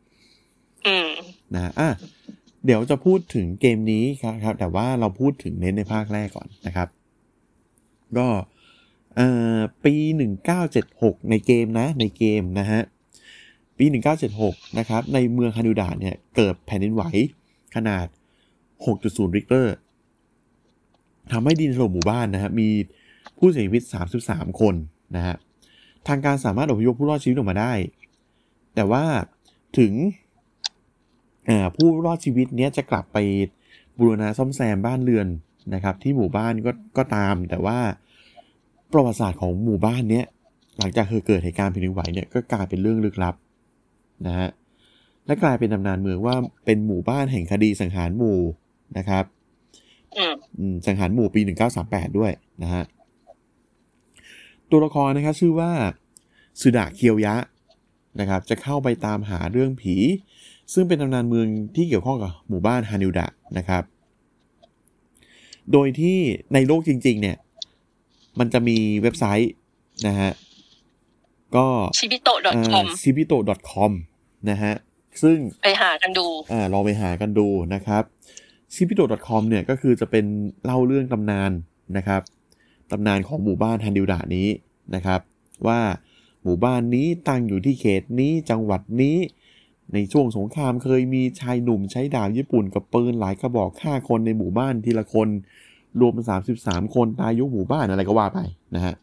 นะเดี๋ยวจะพูดถึงเกมนี้ครับแต่ว่าเราพูดถึงเน้นในภาคแรกก่อนนะครับก็ปี1976ในเกมนะฮะปี1976นะครับในเมืองฮานูดะเนี่ยเกิดแผ่นดินไหวขนาด 6.0 ริกเตอร์ทำให้ดินถล่มหมู่บ้านนะฮะมีผู้เสียชีวิต33คนนะฮะทางการสามารถอพยพผู้รอดชีวิตออกมาได้แต่ว่าถึงผู้รอดชีวิตเนี้ยจะกลับไปบูรณะซ่อมแซมบ้านเรือนนะครับที่หมู่บ้านก็ตามแต่ว่าประวัติศาสตร์ของหมู่บ้านเนี้ยหลังจากเกิดเหตุการณ์แผ่นดินไหวเนี่ยก็กลายเป็นเรื่องลึกลับนะฮะและกลายเป็นตำนานเมืองว่าเป็นหมู่บ้านแห่งคดีสังหารหมู่นะครับสังหารหมู่ปี1938ด้วยนะฮะตัวละครนะครับชื่อว่าสุดะเคียวยะนะครับจะเข้าไปตามหาเรื่องผีซึ่งเป็นตำนานเมืองที่เกี่ยวข้องกับหมู่บ้านฮานิวดะนะครับโดยที่ในโลกจริงๆเนี่ยมันจะมีเว็บไซต์นะฮะก็ shibito.com นะฮะซึ่งไปหากันดูลองไปหากันดูนะครับ shibito.com เนี่ยก็คือจะเป็นเล่าเรื่องตำนานนะครับตำนานของหมู่บ้านฮานิวดะนี้นะครับว่าหมู่บ้านนี้ตั้งอยู่ที่เขตนี้จังหวัดนี้ในช่วงสงครามเคยมีชายหนุ่มใช้ดาบญี่ปุ่นกับปืนหลายกระบอกฆ่าคนในหมู่บ้านทีละคนรวมเป็น33คนตายยกหมู่บ้านอะไรก็ว่าไปนะฮะ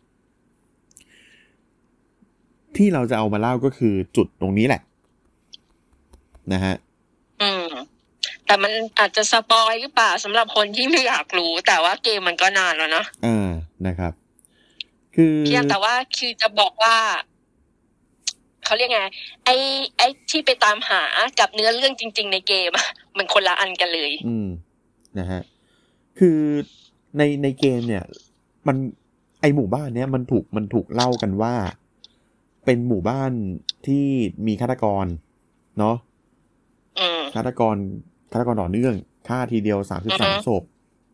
ที่เราจะเอามาเล่าก็คือจุดตรงนี้แหละนะฮะแต่มันอาจจะสปอยหรือเปล่าสำหรับคนที่ไม่อยากรู้แต่ว่าเกมมันก็นานแล้วนะนะครับคือเพียงแต่ว่าคือจะบอกว่าเขาเรียกไงไอ้ที่ไปตามหากับเนื้อเรื่องจริงๆในเกมมันคนละอันกันเลยนะฮะคือในเกมเนี่ยมันไอหมู่บ้านเนี้ยมันถูกเล่ากันว่าเป็นหมู่บ้านที่มีฆาตกรเนาะฆาตกรต่อเนื่องฆ่าทีเดียว33ศพ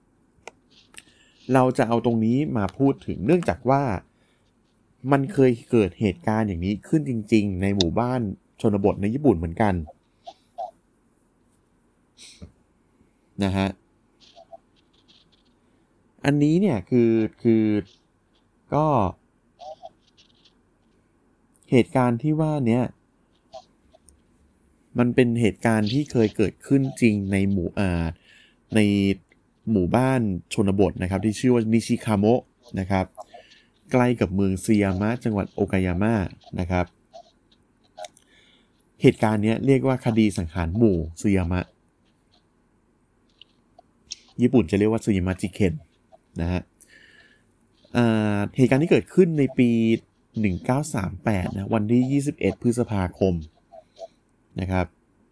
เราจะเอาตรงนี้มาพูดถึงเนื่องจากว่ามันเคยเกิดเหตุการณ์อย่างนี้ขึ้นจริงๆในหมู่บ้านชนบทในญี่ปุ่นเหมือนกันนะฮะอันนี้เนี่ยคือก็เหตุการณ์ที่ว่าเนี้ยมันเป็นเหตุการณ์ที่เคยเกิดขึ้นจริงในหมู่บ้านชนบทนะครับที่ชื่อว่านิชิคาโมะนะครับใกล้กับเมืองซึยามะจังหวัดโอกายาม่านะครับเหตุการณ์นี้เรียกว่าคดีสังหารหมู่ซึยามะญี่ปุ่นจะเรียกว่าซึยามะจิเคนนะฮะเหตุการณ์ที่เกิดขึ้นในปี1938นะวันที่21พฤษภาคมนะครับ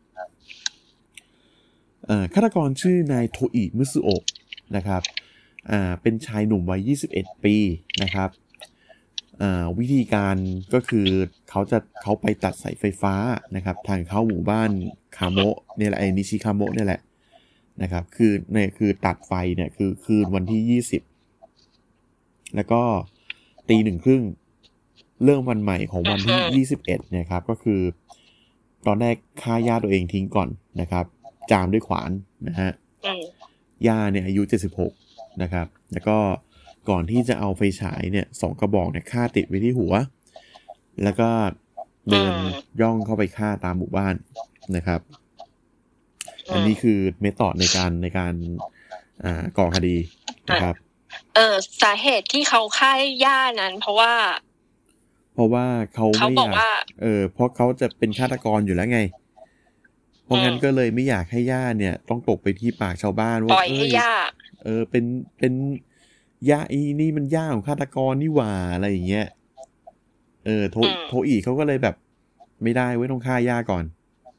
ฆาตกรชื่อนายโทอิมุสุโอะนะครับเป็นชายหนุ่มวัย21ปีนะครับวิธีการก็คือเขาไปตัดสายไฟฟ้านะครับทางเข้าหมู่บ้านคาโมะเนี่ยแหละนิชิคาโมะเนี่ยแหละนะครับคือตัดไฟเนี่ยคือคืนวันที่20แล้วก็ตี 1:30เริ่มวันใหม่ของวันที่21เนี่ยครับก็คือตอนแรกฆ่าย่าตัวเองทิ้งก่อนนะครับจามด้วยขวานนะฮะย่าเนี่ยอายุ76นะครับแล้วก็ก่อนที่จะเอาไฟฉายเนี่ย2กระบอกเนี่ยฆ่าติดไว้ที่หัวแล้วก็เดินย่องเข้าไปฆ่าตามหมู่บ้านนะครับอันนี้คือเมธอดในการก่อคดีนะครับสาเหตุที่เขาฆ่าย่านั้นเพราะว่าเขาไม่อยากเพราะเขาจะเป็นฆาตกรอยู่แล้วไงเพราะงั้นก็เลยไม่อยากให้ย่าเนี่ยต้องตกไปที่ปากชาวบ้านว่าปล่อยให้ย่าเป็นย่าอีนี่มันย่าของฆาตกรนี่หว่าอะไรอย่างเงี้ยโทอีเขาก็เลยแบบไม่ได้เว้ยต้องฆ่าย่าก่อน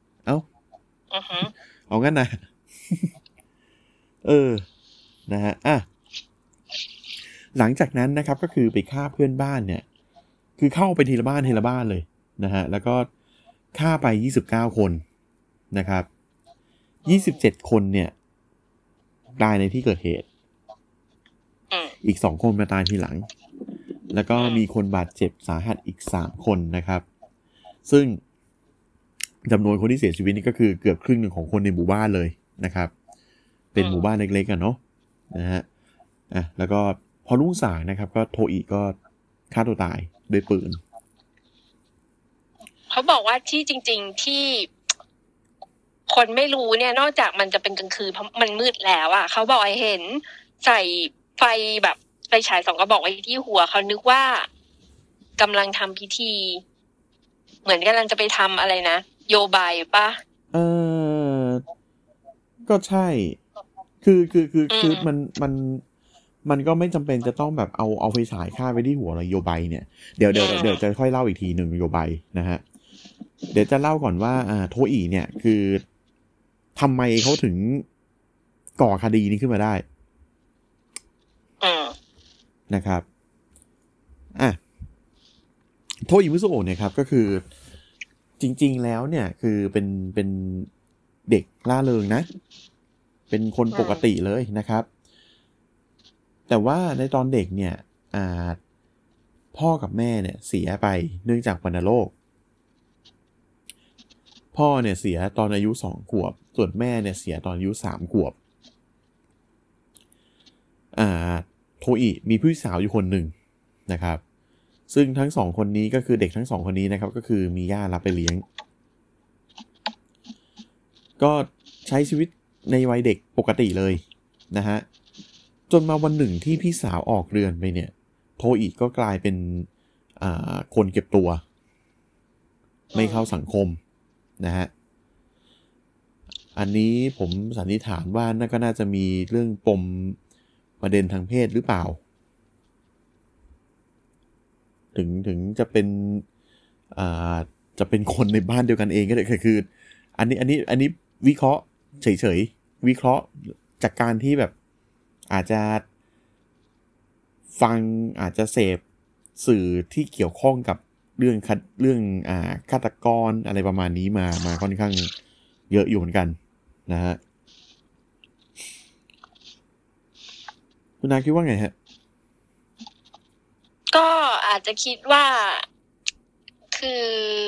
เอางั้นนะ นะฮะหลังจากนั้นนะครับก็คือไปฆ่าเพื่อนบ้านเนี่ยคือเข้าไปทีละบ้านเลยนะฮะแล้วก็ฆ่าไป29คนนะครับ27คนเนี่ยตายในที่เกิดเหตุอีก2คนมาตายทีหลังแล้วก็มีคนบาดเจ็บสาหัสอีก3คนนะครับซึ่งจำนวนคนที่เสียชีวิตนี่ก็คือเกือบครึ่งหนึ่งของคนในหมู่บ้านเลยนะครับเป็นหมู่บ้านเล็กๆกันเนาะนะฮะแล้วก็พอรุ่งสางนะครับก็โทอีก็ฆ่าตัวตายด้วยปืนเขาบอกว่าที่จริงๆที่คนไม่รู้เนี่ยนอกจากมันจะเป็นกลางคืนเพราะมันมืดแล้วอ่ะเขาบอกให้เห็นใส่ไฟแบบไฟฉาย2กระบอกไว้ที่หัวเขานึกว่ากำลังทำพิธีเหมือนกำลังจะไปทำอะไรนะโยบายป่ะก็ใช่คือมันก็ไม่จำเป็นจะต้องแบบเอาไฟฉายฆ่าไปที่หัวเลยโยบายเนี่ยเดี๋ยวจะค่อยเล่าอีกทีหนึ่งโยบายนะฮะเดี๋ยวจะเล่าก่อนว่าโทอีเนี่ยคือทำไมเขาถึงก่อคดีนี้ขึ้นมาได้นะครับโทอิมุโซโอะเนี่ยครับก็คือจริงๆแล้วเนี่ยคือเป็นเด็กล่าเริงนะเป็นคนปกติเลยนะครับแต่ว่าในตอนเด็กเนี่ยพ่อกับแม่เนี่ยเสียไปเนื่องจากวัณโรคพ่อเนี่ยเสียตอนอายุ2 ขวบส่วนแม่เนี่ยเสียตอนอายุ3 ขวบโทอิมีพี่สาวอยู่คนหนึ่งนะครับซึ่งทั้ง2คนนี้ก็คือเด็กทั้ง2คนนี้นะครับก็คือมีย่ารับไปเลี้ยงก็ใช้ชีวิตในวัยเด็กปกติเลยนะฮะจนมาวันหนึ่งที่พี่สาวออกเรือนไปเนี่ยโทอิก็กลายเป็นคนเก็บตัวไม่เข้าสังคมนะฮะอันนี้ผมสันนิษฐานว่าก็น่าจะมีเรื่องปมประเด็นทางเพศหรือเปล่าถึงจะเป็นคนในบ้านเดียวกันเองก็ได้คืออันนี้วิเคราะห์เฉยๆวิเคราะห์จากการที่แบบอาจจะฟังอาจจะเสพสื่อที่เกี่ยวข้องกับเรื่องฆาตกรอะไรประมาณนี้มาค่อนข้างเยอะอยู่เหมือนกันนะฮะคุณนาคิดว่าไงฮะก็อาจจะคิดว่าคือ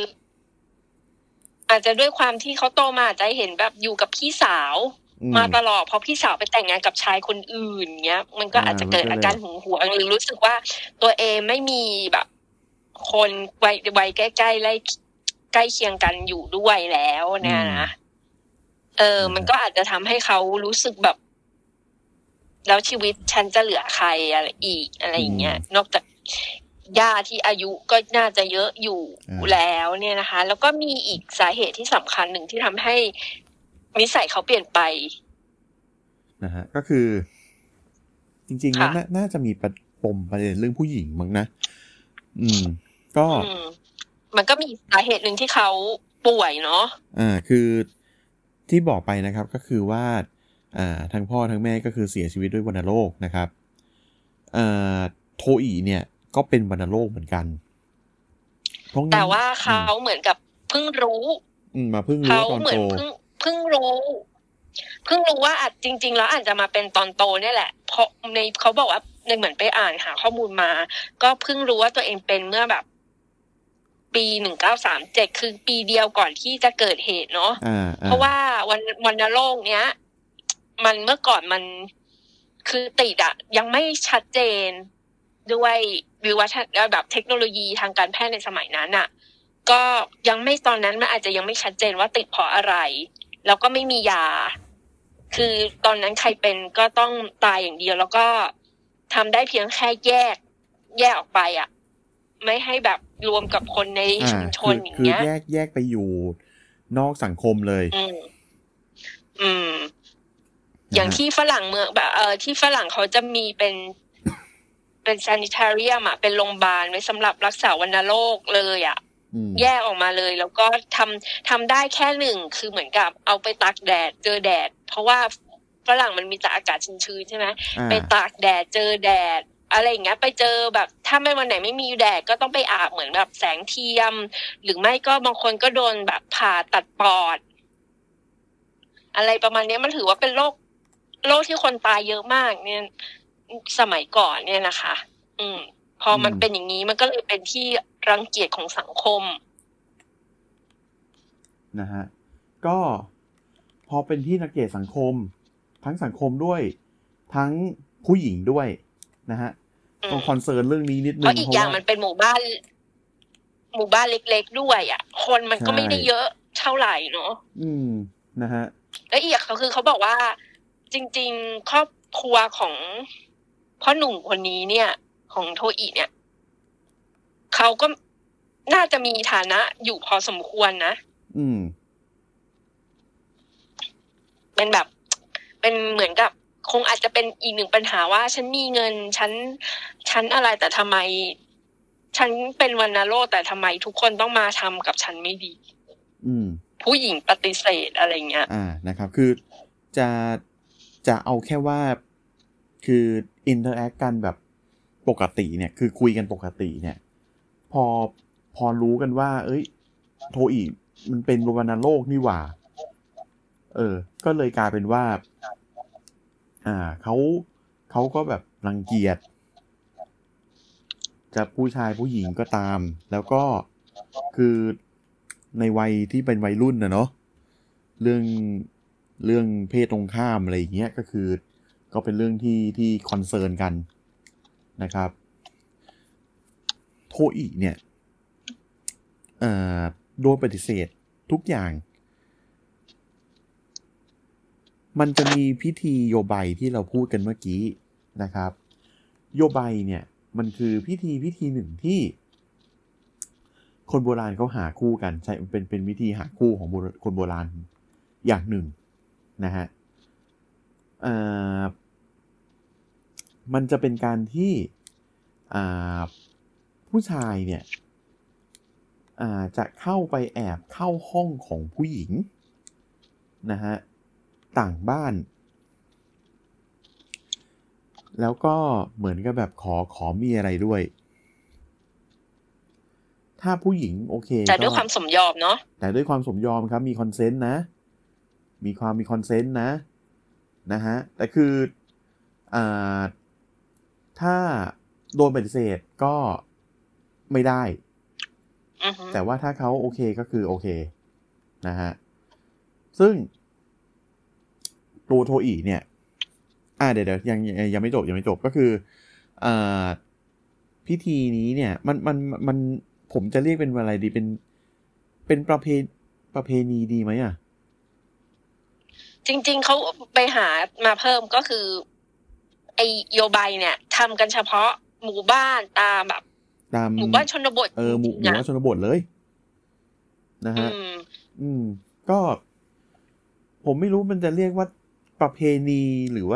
อาจจะด้วยความที่เขาโตมาอาจจะเห็นแบบอยู่กับพี่สาวมาตลอดเพราะพี่สาวไปแต่งงานกับชายคนอื่นเงี้ยมันก็อาจจะเกิดอาการหึงหวงหรือรู้สึกว่าตัวเองไม่มีแบบคนวัยใกล้ๆไล่ใกล้เคียงกันอยู่ด้วยแล้วเนี่ยนะมันก็อาจจะทำให้เขารู้สึกแบบแล้วชีวิตฉันจะเหลือใครอะไรอีกอะไรอย่างเงี้ยนอกจากย่าที่อายุก็น่าจะเยอะอยู่แล้วเนี่ยนะคะแล้วก็มีอีกสาเหตุที่สำคัญหนึ่งที่ทำให้นิสัยเขาเปลี่ยนไปนะฮะก็คือจริงๆแล้วน่าจะมีปมประเด็นเรื่องผู้หญิงมั้งนะก็มันก็มีสาเหตุหนึ่งที่เขาป่วยเนาะคือที่บอกไปนะครับก็คือว่าทั้งพ่อทั้งแม่ก็คือเสียชีวิตด้วยวัณโรคนะครับโทอิเนี่ยก็เป็นวัณโรคเหมือนกันแต่ว่าเขาเหมือนกับเพิ่งรู้มาเพิ่งรู้ตอนโตเพิ่งรู้ว่าอาจจริงๆแล้วอาจจะมาเป็นตอนโตนี่แหละเพราะในเขาบอกว่าในเหมือนไปอ่านหาข้อมูลมาก็เพิ่งรู้ว่าตัวเองเป็นเมื่อแบบปี1937คือปีเดียวก่อนที่จะเกิดเหตุเนาะเพราะว่าวัณโรคเนี้ยมันเมื่อก่อนมันคือติดอะยังไม่ชัดเจนด้วยวิวัฒนาแบบเทคโนโลยีทางการแพทย์ในสมัยนั้นอะก็ยังไม่ตอนนั้นมันอาจจะยังไม่ชัดเจนว่าติดเพราะอะไรแล้วก็ไม่มียาคือตอนนั้นใครเป็นก็ต้องตายอย่างเดียวแล้วก็ทำได้เพียงแค่แยกออกไปอ่ะไม่ให้แบบรวมกับคนในชุมชนอย่างเงี้ยคือแยกไปอยู่นอกสังคมเลยอย่างที่ฝรั่งเมืองแบบที่ฝรั่งเขาจะมีเป็นซานิทาเรียมอ่ะเป็นโรงพยาบาลไว้สำหรับรักษาวัณโรคเลยอ่ะแยกออกมาเลยแล้วก็ทำได้แค่หนึ่งคือเหมือนกับเอาไปตากแดดเจอแดดเพราะว่าฝรั่งมันมีแต่อากาศชื้นๆใช่ไหมไปตากแดดเจอแดดอะไรอย่างเงี้ยไปเจอแบบถ้าไม่วันไหนไม่มีแดดก็ต้องไปอาบเหมือนแบบแสงเทียมหรือไม่ก็บางคนก็โดนแบบผ่าตัดปอดอะไรประมาณนี้มันถือว่าเป็นโรคที่คนตายเยอะมากเนี่ยสมัยก่อนเนี่ยนะคะพอมันเป็นอย่างนี้มันก็เลยเป็นที่รังเกียจของสังคมนะฮะก็พอเป็นที่รังเกียจสังคมทั้งสังคมด้วยทั้งผู้หญิงด้วยนะฮะต้องคอนเซิร์นเรื่องนี้นิดนึงเพราะอีกอย่างมันเป็นหมู่บ้านเล็กๆด้วยอ่ะคนมันก็ไม่ได้เยอะเท่าไหร่เนาะนะฮะแล้วอีกเขาคือเขาบอกว่าจริงๆครอบครัวของพ่อหนุ่มคนนี้เนี่ยของโทอิเนี่ยเขาก็น่าจะมีฐานะอยู่พอสมควรนะเป็นแบบเป็นเหมือนกับคงอาจจะเป็นอีกหนึ่งปัญหาว่าฉันมีเงินฉันอะไรแต่ทำไมฉันเป็นวัณโรคแต่ทำไมทุกคนต้องมาทำกับฉันไม่ดีผู้หญิงปฏิเสธอะไรเงี้ยนะครับคือจะเอาแค่ว่าคืออินเทอร์แอคกันแบบปกติเนี่ยคือคุยกันปกติเนี่ยพอรู้กันว่าเอ้ยโทอิมันเป็นวัณโรคนี่หว่าก็เลยกลายเป็นว่าเขาก็แบบรังเกียจจะผู้ชายผู้หญิงก็ตามแล้วก็คือในวัยที่เป็นวัยรุ่นนะเนาะเรื่องเพศตรงข้ามอะไรอย่างเงี้ยก็คือก็เป็นเรื่องที่คอนเซิร์นกันนะครับโทอิเนี่ยโดนปฏิเสธทุกอย่างมันจะมีพิธีโยไบที่เราพูดกันเมื่อกี้นะครับโยไบเนี่ยมันคือพิธีหนึ่งที่คนโบราณเขาหาคู่กันใช่เป็นวิธีหาคู่ของคนโบราณอย่างหนึ่งนะฮะมันจะเป็นการที่ผู้ชายเนี่ยจะเข้าไปแอบเข้าห้องของผู้หญิงนะฮะต่างบ้านแล้วก็เหมือนกับแบบขอมีอะไรด้วยถ้าผู้หญิงโอเคแต่ด้วยความสมยอมเนาะแต่ด้วยความสมยอมครับมีคอนเซนต์นะมีคอนเซนต์นะฮะแต่คือถ้าโดนปฏิเสธก็ไม่ได้แต่ว่าถ้าเขาโอเคก็คือโอเคนะฮะซึ่งตัวโทอิเนี่ยเดี๋ยวยังไม่จบก็คือพิธีนี้เนี่ยมันผมจะเรียกเป็นอะไรดีเป็นประเพณีดีไหมอ่ะจริงๆเขาไปหามาเพิ่มก็คือไอโยไบเนี่ยทำกันเฉพาะหมู่บ้านตามหมู่บ้านชนบทหมู่บ้านชนบทเลยนะฮะก็ผมไม่รู้มันจะเรียกว่าประเพณีหรือว่า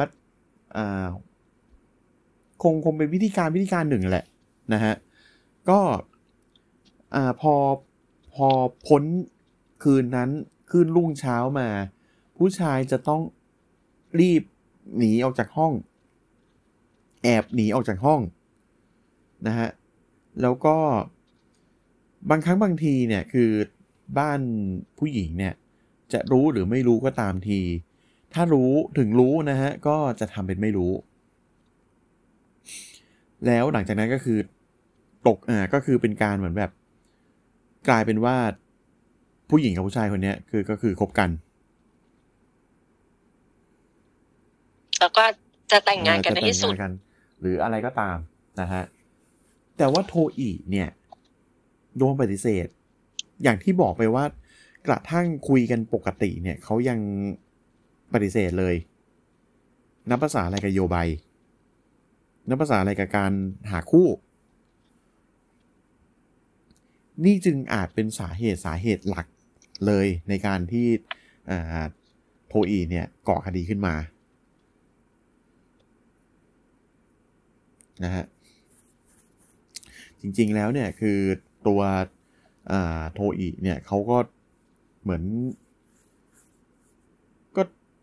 คงเป็นวิธีการหนึ่งแหละนะฮะก็พอพ้นคืนนั้นคืนรุ่งเช้ามาผู้ชายจะต้องรีบหนีออกจากห้องแอบหนีออกจากห้องนะฮะแล้วก็บางครั้งบางทีเนี่ยคือบ้านผู้หญิงเนี่ยจะรู้หรือไม่รู้ก็ตามทีถ้ารู้นะฮะก็จะทำเป็นไม่รู้แล้วหลังจากนั้นก็คือก็คือเป็นการเหมือนแบบกลายเป็นว่าผู้หญิงกับผู้ชายคนนี้ก็คือคบกันแล้วก็จะแต่งงานกันในที่สุดหรืออะไรก็ตามนะฮะแต่ว่าโทอิเนี่ยโดนปฏิเสธอย่างที่บอกไปว่ากระทั่งคุยกันปกติเนี่ยเขายังปฏิเสธเลยนับภาษาอะไรกับโยบายนับภาษาอะไรกับการหาคู่นี่จึงอาจเป็นสาเหตุหลักเลยในการที่โทอีเนี่ยก่อคดีขึ้นมานะฮะจริงๆแล้วเนี่ยคือตัวโทอีเนี่ยเขาก็เหมือนก็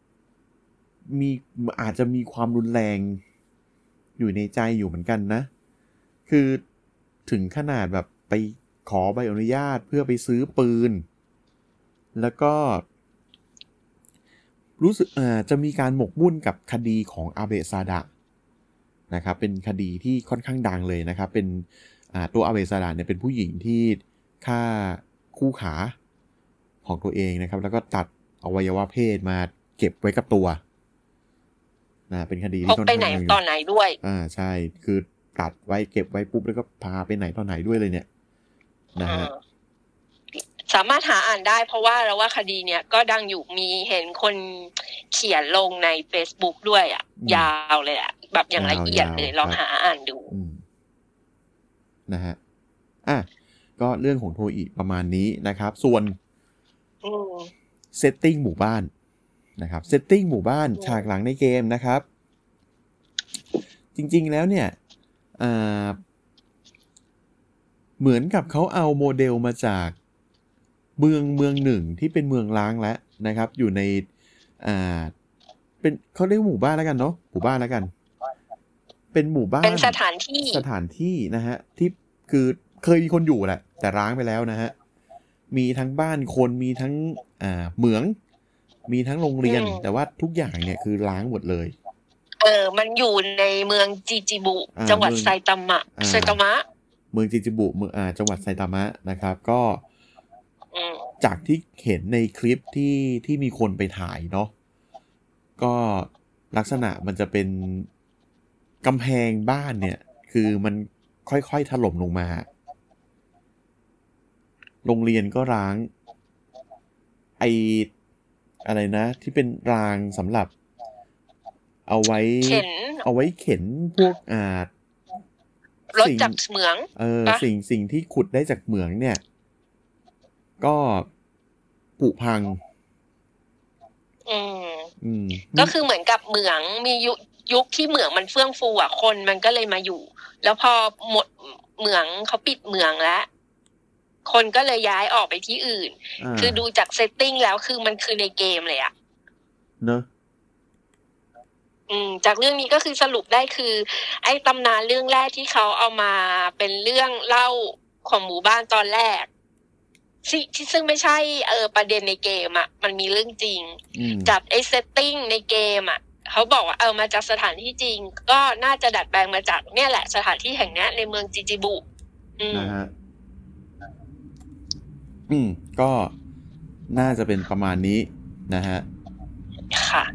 อาจจะมีความรุนแรงอยู่ในใจอยู่เหมือนกันนะคือถึงขนาดแบบไปขอใบอนุญาตเพื่อไปซื้อปืนแล้วก็รู้สึกจะมีการหมกมุ่นกับคดีของอาเบะซาดะนะครับเป็นคดีที่ค่อนข้างดังเลยนะครับเป็นตัวอาเบะซาดะเนี่ยเป็นผู้หญิงที่ฆ่าคู่ขาของตัวเองนะครับแล้วก็ตัดอวัยวะเพศมาเก็บไว้กับตัวนะเป็นคดีที่ค่อนข้างไปไหนตอนไหนด้วยใช่คือตัดไว้เก็บไว้ปุ๊บแล้วก็พาไปไหนตอนไหนด้วยเลยเนี่ยนะฮะสามารถหาอ่านได้เพราะว่าเราว่าคดีเนี้ยก็ดังอยู่มีเห็นคนเขียนลงใน Facebook ด้วยยาวเลยแบบอย่างละเอียดเลยลองหาอ่านดูนะฮะก็เรื่องของโทอิประมาณนี้นะครับส่วนเซตติ้งหมู่บ้านนะครับเซตติ้งหมู่บ้านฉากหลังในเกมนะครับจริงๆแล้วเนี่ยเหมือนกับเขาเอาโมเดลมาจากเมืองหนึ่งที่เป็นเมืองล้างแล้วนะครับอยู่ในเป็นเขาเรียกหมู่บ้านแล้วกันเนาะหมู่บ้านแล้วกันเป็นหมู่บ้านเป็นสถานที่นะฮะที่คือเคยมีคนอยู่แหละแต่ร้างไปแล้วนะฮะมีทั้งบ้านคนมีทั้งเหมืองมีทั้งโรงเรียนแต่ว่าทุกอย่างเนี่ยคือล้างหมดเลยมันอยู่ในเมืองจิจิบุจังหวัดไซตามะเมืองจิจิบุจังหวัดไซตามะนะครับก็จากที่เห็นในคลิปที่มีคนไปถ่ายเนาะก็ลักษณะมันจะเป็นกำแพงบ้านเนี่ยคือมันค่อยๆถล่มลงมาโรงเรียนก็ร้างอะไรนะที่เป็นรางสำหรับเอาไว้เข็นพวกรถจับเหมืองสิ่งที่ขุดได้จากเหมืองเนี่ยก็ผุพังก็คือเหมือนกับเหมืองมียุคที่เหมืองมันเฟื่องฟูคนมันก็เลยมาอยู่แล้วพอหมดเหมืองเขาปิดเหมืองแล้วคนก็เลยย้ายออกไปที่อื่นคือดูจากเซตติ้งแล้วคือมันคือในเกมเลยเนอะจากเรื่องนี้ก็คือสรุปได้คือไอ้ตำนานเรื่องแรกที่เขาเอามาเป็นเรื่องเล่าของหมู่บ้านตอนแรกซึ่งไม่ใช่ประเด็นในเกมมันมีเรื่องจริงกับไอ้เซตติ้งในเกมเขาบอกว่ามาจากสถานที่จริงก็น่าจะดัดแปลงมาจากเนี่ยแหละสถานที่แห่งนี้ในเมืองจิจิบุนะฮะก็น่าจะเป็นประมาณนี้นะฮะค่ะ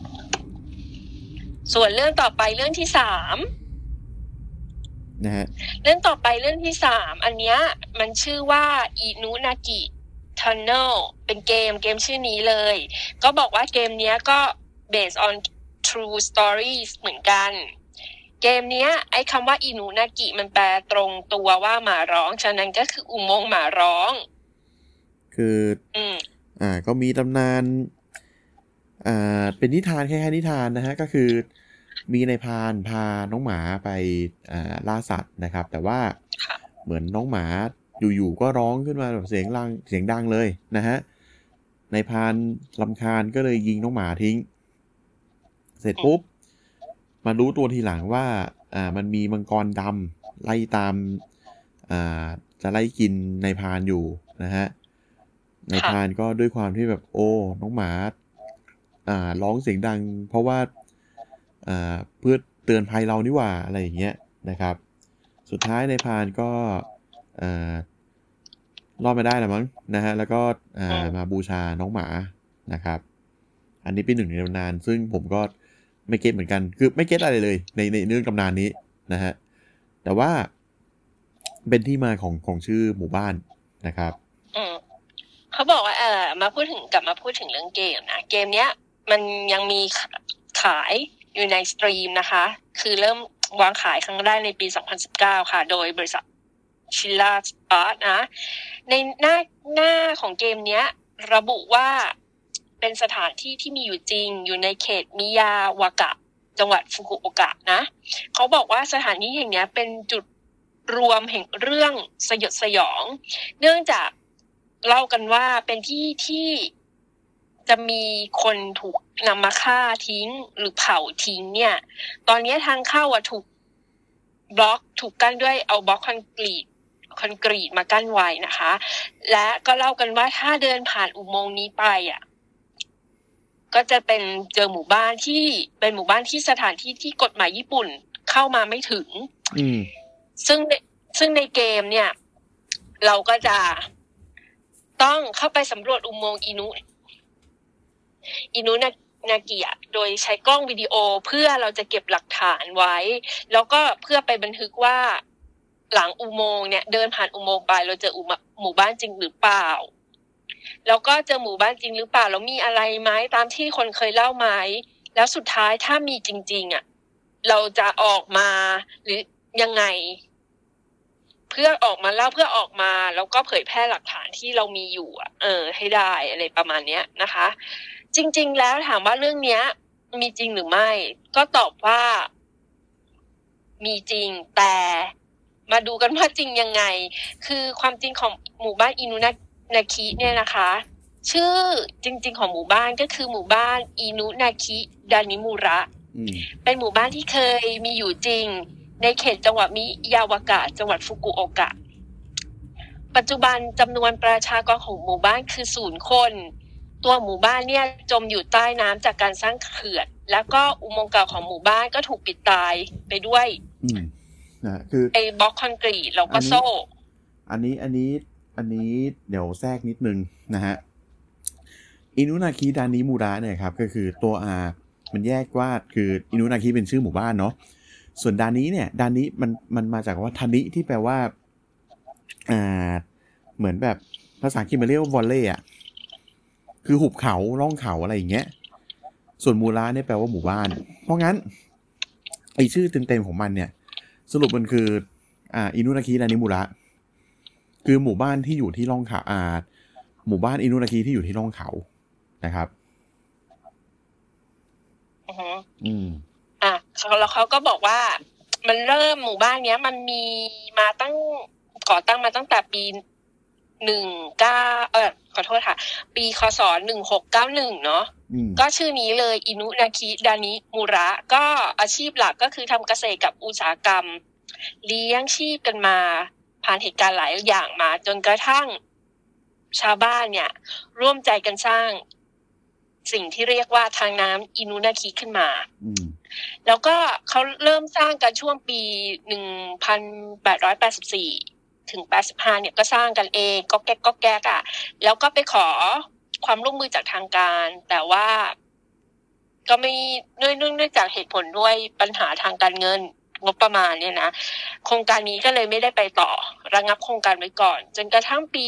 ส่วนเรื่องต่อไปเรื่องที่3 นะฮะเรื่องต่อไปเรื่องที่3อันเนี้ยมันชื่อว่าอินุนากิทันเนลเป็นเกมชื่อนี้เลยก็บอกว่าเกมเนี้ยก็ based on true stories เหมือนกันเกมเนี้ยไอ้คำว่าอินุนากิมันแปลตรงตัวว่าหมาร้องฉะนั้นก็คืออุโมงค์หมาร้องคือก็มีตำนานเป็นนิทานคล้ายๆนิทานนะฮะก็คือมีนายพรานพาน้องหมาไปล่าสัตว์นะครับแต่ว่าเหมือนน้องหมาอยู่ๆก็ร้องขึ้นมาแบบเสียงดังเลยนะฮะนายพรานรำคาญก็เลยยิงน้องหมาทิ้งเสร็จปุ๊บมารู้ตัวทีหลังว่ามันมีมังกรดำไล่ตามจะไล่กินนายพรานอยู่นะฮะนายพรานก็ด้วยความที่แบบโอ้น้องหมาร้องเสียงดังเพราะว่าเพื่อเตือนภัยเรานี่หว่าอะไรอย่างเงี้ยนะครับสุดท้ายนายพรานก็รอดมาได้แล้วมั้งนะฮะแล้วก็มาบูชาน้องหมานะครับอันนี้เป็นหนึ่งในตำนานซึ่งผมก็ไม่เก็ตเหมือนกันคือไม่เก็ตอะไรเลยในเรื่องตำนานนี้นะฮะแต่ว่าเป็นที่มาของชื่อหมู่บ้านนะครับอืมเขาบอกว่ากลับมาพูดถึงเรื่องเกมนะเกมเนี้ยมันยังมีขายอยู่ในสตรีมนะคะคือเริ่มวางขายครั้งแรกในปี2019ค่ะโดยบริษัทชิลลาอาร์ตนะในหน้าของเกมเนี้ยระบุว่าเป็นสถานที่ที่มีอยู่จริงอยู่ในเขตมิยาวากะจังหวัดฟุกุโอกะนะเขาบอกว่าสถานที่แห่งนี้เป็นจุดรวมแห่งเรื่องสยดสยองเนื่องจากเล่ากันว่าเป็นที่จะมีคนถูกนำมาฆ่าทิ้งหรือเผาทิ้งเนี่ยตอนนี้ทางเข้าถูกบล็อกถูกกั้นด้วยเอาบล็อกคอนกรีตมากั้นไว้นะคะและก็เล่ากันว่าถ้าเดินผ่านอุโมงค์นี้ไปก็จะเจอหมู่บ้านที่เป็นหมู่บ้านที่สถานที่ที่กฎหมายญี่ปุ่นเข้ามาไม่ถึงซึ่งในเกมเนี่ยเราก็จะต้องเข้าไปสำรวจอุโมงค์อินุนากิโดยใช้กล้องวิดีโอเพื่อเราจะเก็บหลักฐานไว้แล้วก็เพื่อไปบันทึกว่าหลังอุโมงค์เนี่ยเดินผ่านอุโมงค์ไปเราเจอหมู่บ้านจริงหรือเปล่าแล้วก็เจอหมู่บ้านจริงหรือเปล่าแล้วมีอะไรไหมตามที่คนเคยเล่าไหมแล้วสุดท้ายถ้ามีจริงๆเราจะออกมาหรือยังไงเพื่อออกมาเล่าเพื่อออกมาแล้วก็เผยแพร่หลักฐานที่เรามีอยู่ให้ได้อะไรประมาณเนี้ยนะคะจริงๆแล้วถามว่าเรื่องเนี้ยมีจริงหรือไม่ก็ตอบว่ามีจริงแต่มาดูกันว่าจริงยังไงคือความจริงของหมู่บ้านอินุนาคิเนี่ยนะคะชื่อจริงๆของหมู่บ้านก็คือหมู่บ้านอินุนาคิดานิมุระเป็นหมู่บ้านที่เคยมีอยู่จริงในเขตจังหวัดมิยาวากะจังหวัดฟุกุโอกะปัจจุบันจำนวนประชากรของหมู่บ้านคือ0 คนตัวหมู่บ้านเนี่ยจมอยู่ใต้น้ำจากการสร้างเขื่อนแล้วก็อุโมงค์เก่าของหมู่บ้านก็ถูกปิดตายไปด้วยคือไอ้บล็อกคอนกรีตแล้วก็โซ่อันนี้เดี๋ยวแทรกนิดนึงนะฮะอินุนาคิดานิมุระเนี่ยครับก็คือตัว R มันแยกว่าคืออินุนาคิเป็นชื่อหมู่บ้านเนาะส่วนดานิเนี่ยดานิมันมาจากว่าทานิที่แปลว่าเหมือนแบบภาษาอังกฤษมันเรียกว่าวอลเล่คือหุบเขาร่องเขาอะไรอย่างเงี้ยส่วนมูระเนี่ยแปลว่าหมู่บ้านเพราะงั้นไอชื่อเต็มๆของมันเนี่ยสรุปมันคืออินุนาคิดานิมุระคือหมู่บ้านที่อยู่ที่ร่องเขาหมู่บ้านอินุนาคิที่อยู่ที่ร่องเขานะครับแล้วเขาก็บอกว่ามันเริ่มหมู่บ้านเนี้ยมันมีมาก่อตั้งมาตั้งแต่ปีขอโทษค่ะปีคศ1691เนาะก็ชื่อนี้เลยอินุนาคิดานิมุระก็อาชีพหลักก็คือทำเกษตรกับอุตสาหกรรมเลี้ยงชีพกันมาผ่านเหตุการณ์หลายอย่างมาจนกระทั่งชาวบ้านเนี่ยร่วมใจกันสร้างสิ่งที่เรียกว่าทางน้ำอินุนาคิขึ้นมาแล้วก็เขาเริ่มสร้างกันช่วงปี1884ถึง85เนี่ยก็สร้างกันเองก็แก๊กแล้วก็ไปขอความร่วมมือจากทางการแต่ว่าก็ไม่เนื่องจากเหตุผลด้วยปัญหาทางการเงินงบประมาณเนี่ยนะโครงการนี้ก็เลยไม่ได้ไปต่อระงับโครงการไว้ก่อนจนกระทั่งปี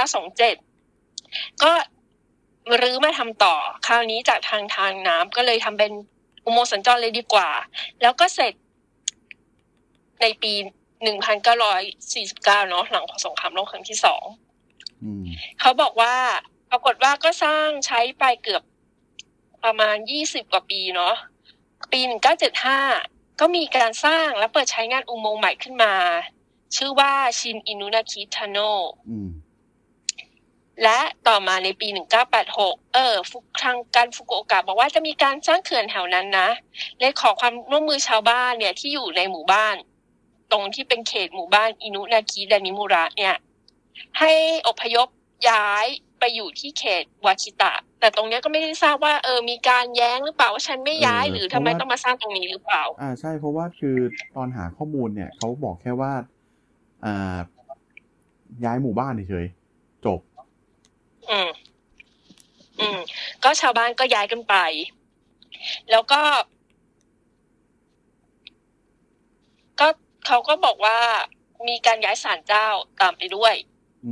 1927ก็รื้อมาทำต่อคราวนี้จากทางน้ำก็เลยทำเป็นอุโมงค์สัญจรเลยดีกว่าแล้วก็เสร็จในปี1949เนาะหลังสงครามโลกครั้งที่2เขาบอกว่าปรากฏว่าก็สร้างใช้ไปเกือบประมาณ20 กว่าปีเนาะปี1975ก็มีการสร้างและเปิดใช้งานอุโมงค์ใหม่ขึ้นมาชื่อว่าชินอินุนาคิทันโนและต่อมาในปี1986ทางการฟุกุโอกะบอกว่าจะมีการสร้างเขื่อนแถวนั้นนะเลยขอความร่วมมือชาวบ้านเนี่ยที่อยู่ในหมู่บ้านตรงที่เป็นเขตหมู่บ้านอินุนาคิดานิมุระเนี่ยให้อพยพย้ายไปอยู่ที่เขตวาคิตะแต่ตรงนี้ก็ไม่ได้ทราบว่ามีการแย้งหรือเปล่าว่าฉันไม่ย้ายหรือทำไมต้องมาสร้างตรงนี้หรือเปล่าใช่เพราะว่าคือตอนหาข้อมูลเนี่ยเขาบอกแค่ว่าย้ายหมู่บ้านเฉยๆจบก็ชาวบ้านก็ย้ายกันไปแล้วก็เขาก็บอกว่ามีการย้ายศาลเจ้าตามไปด้วย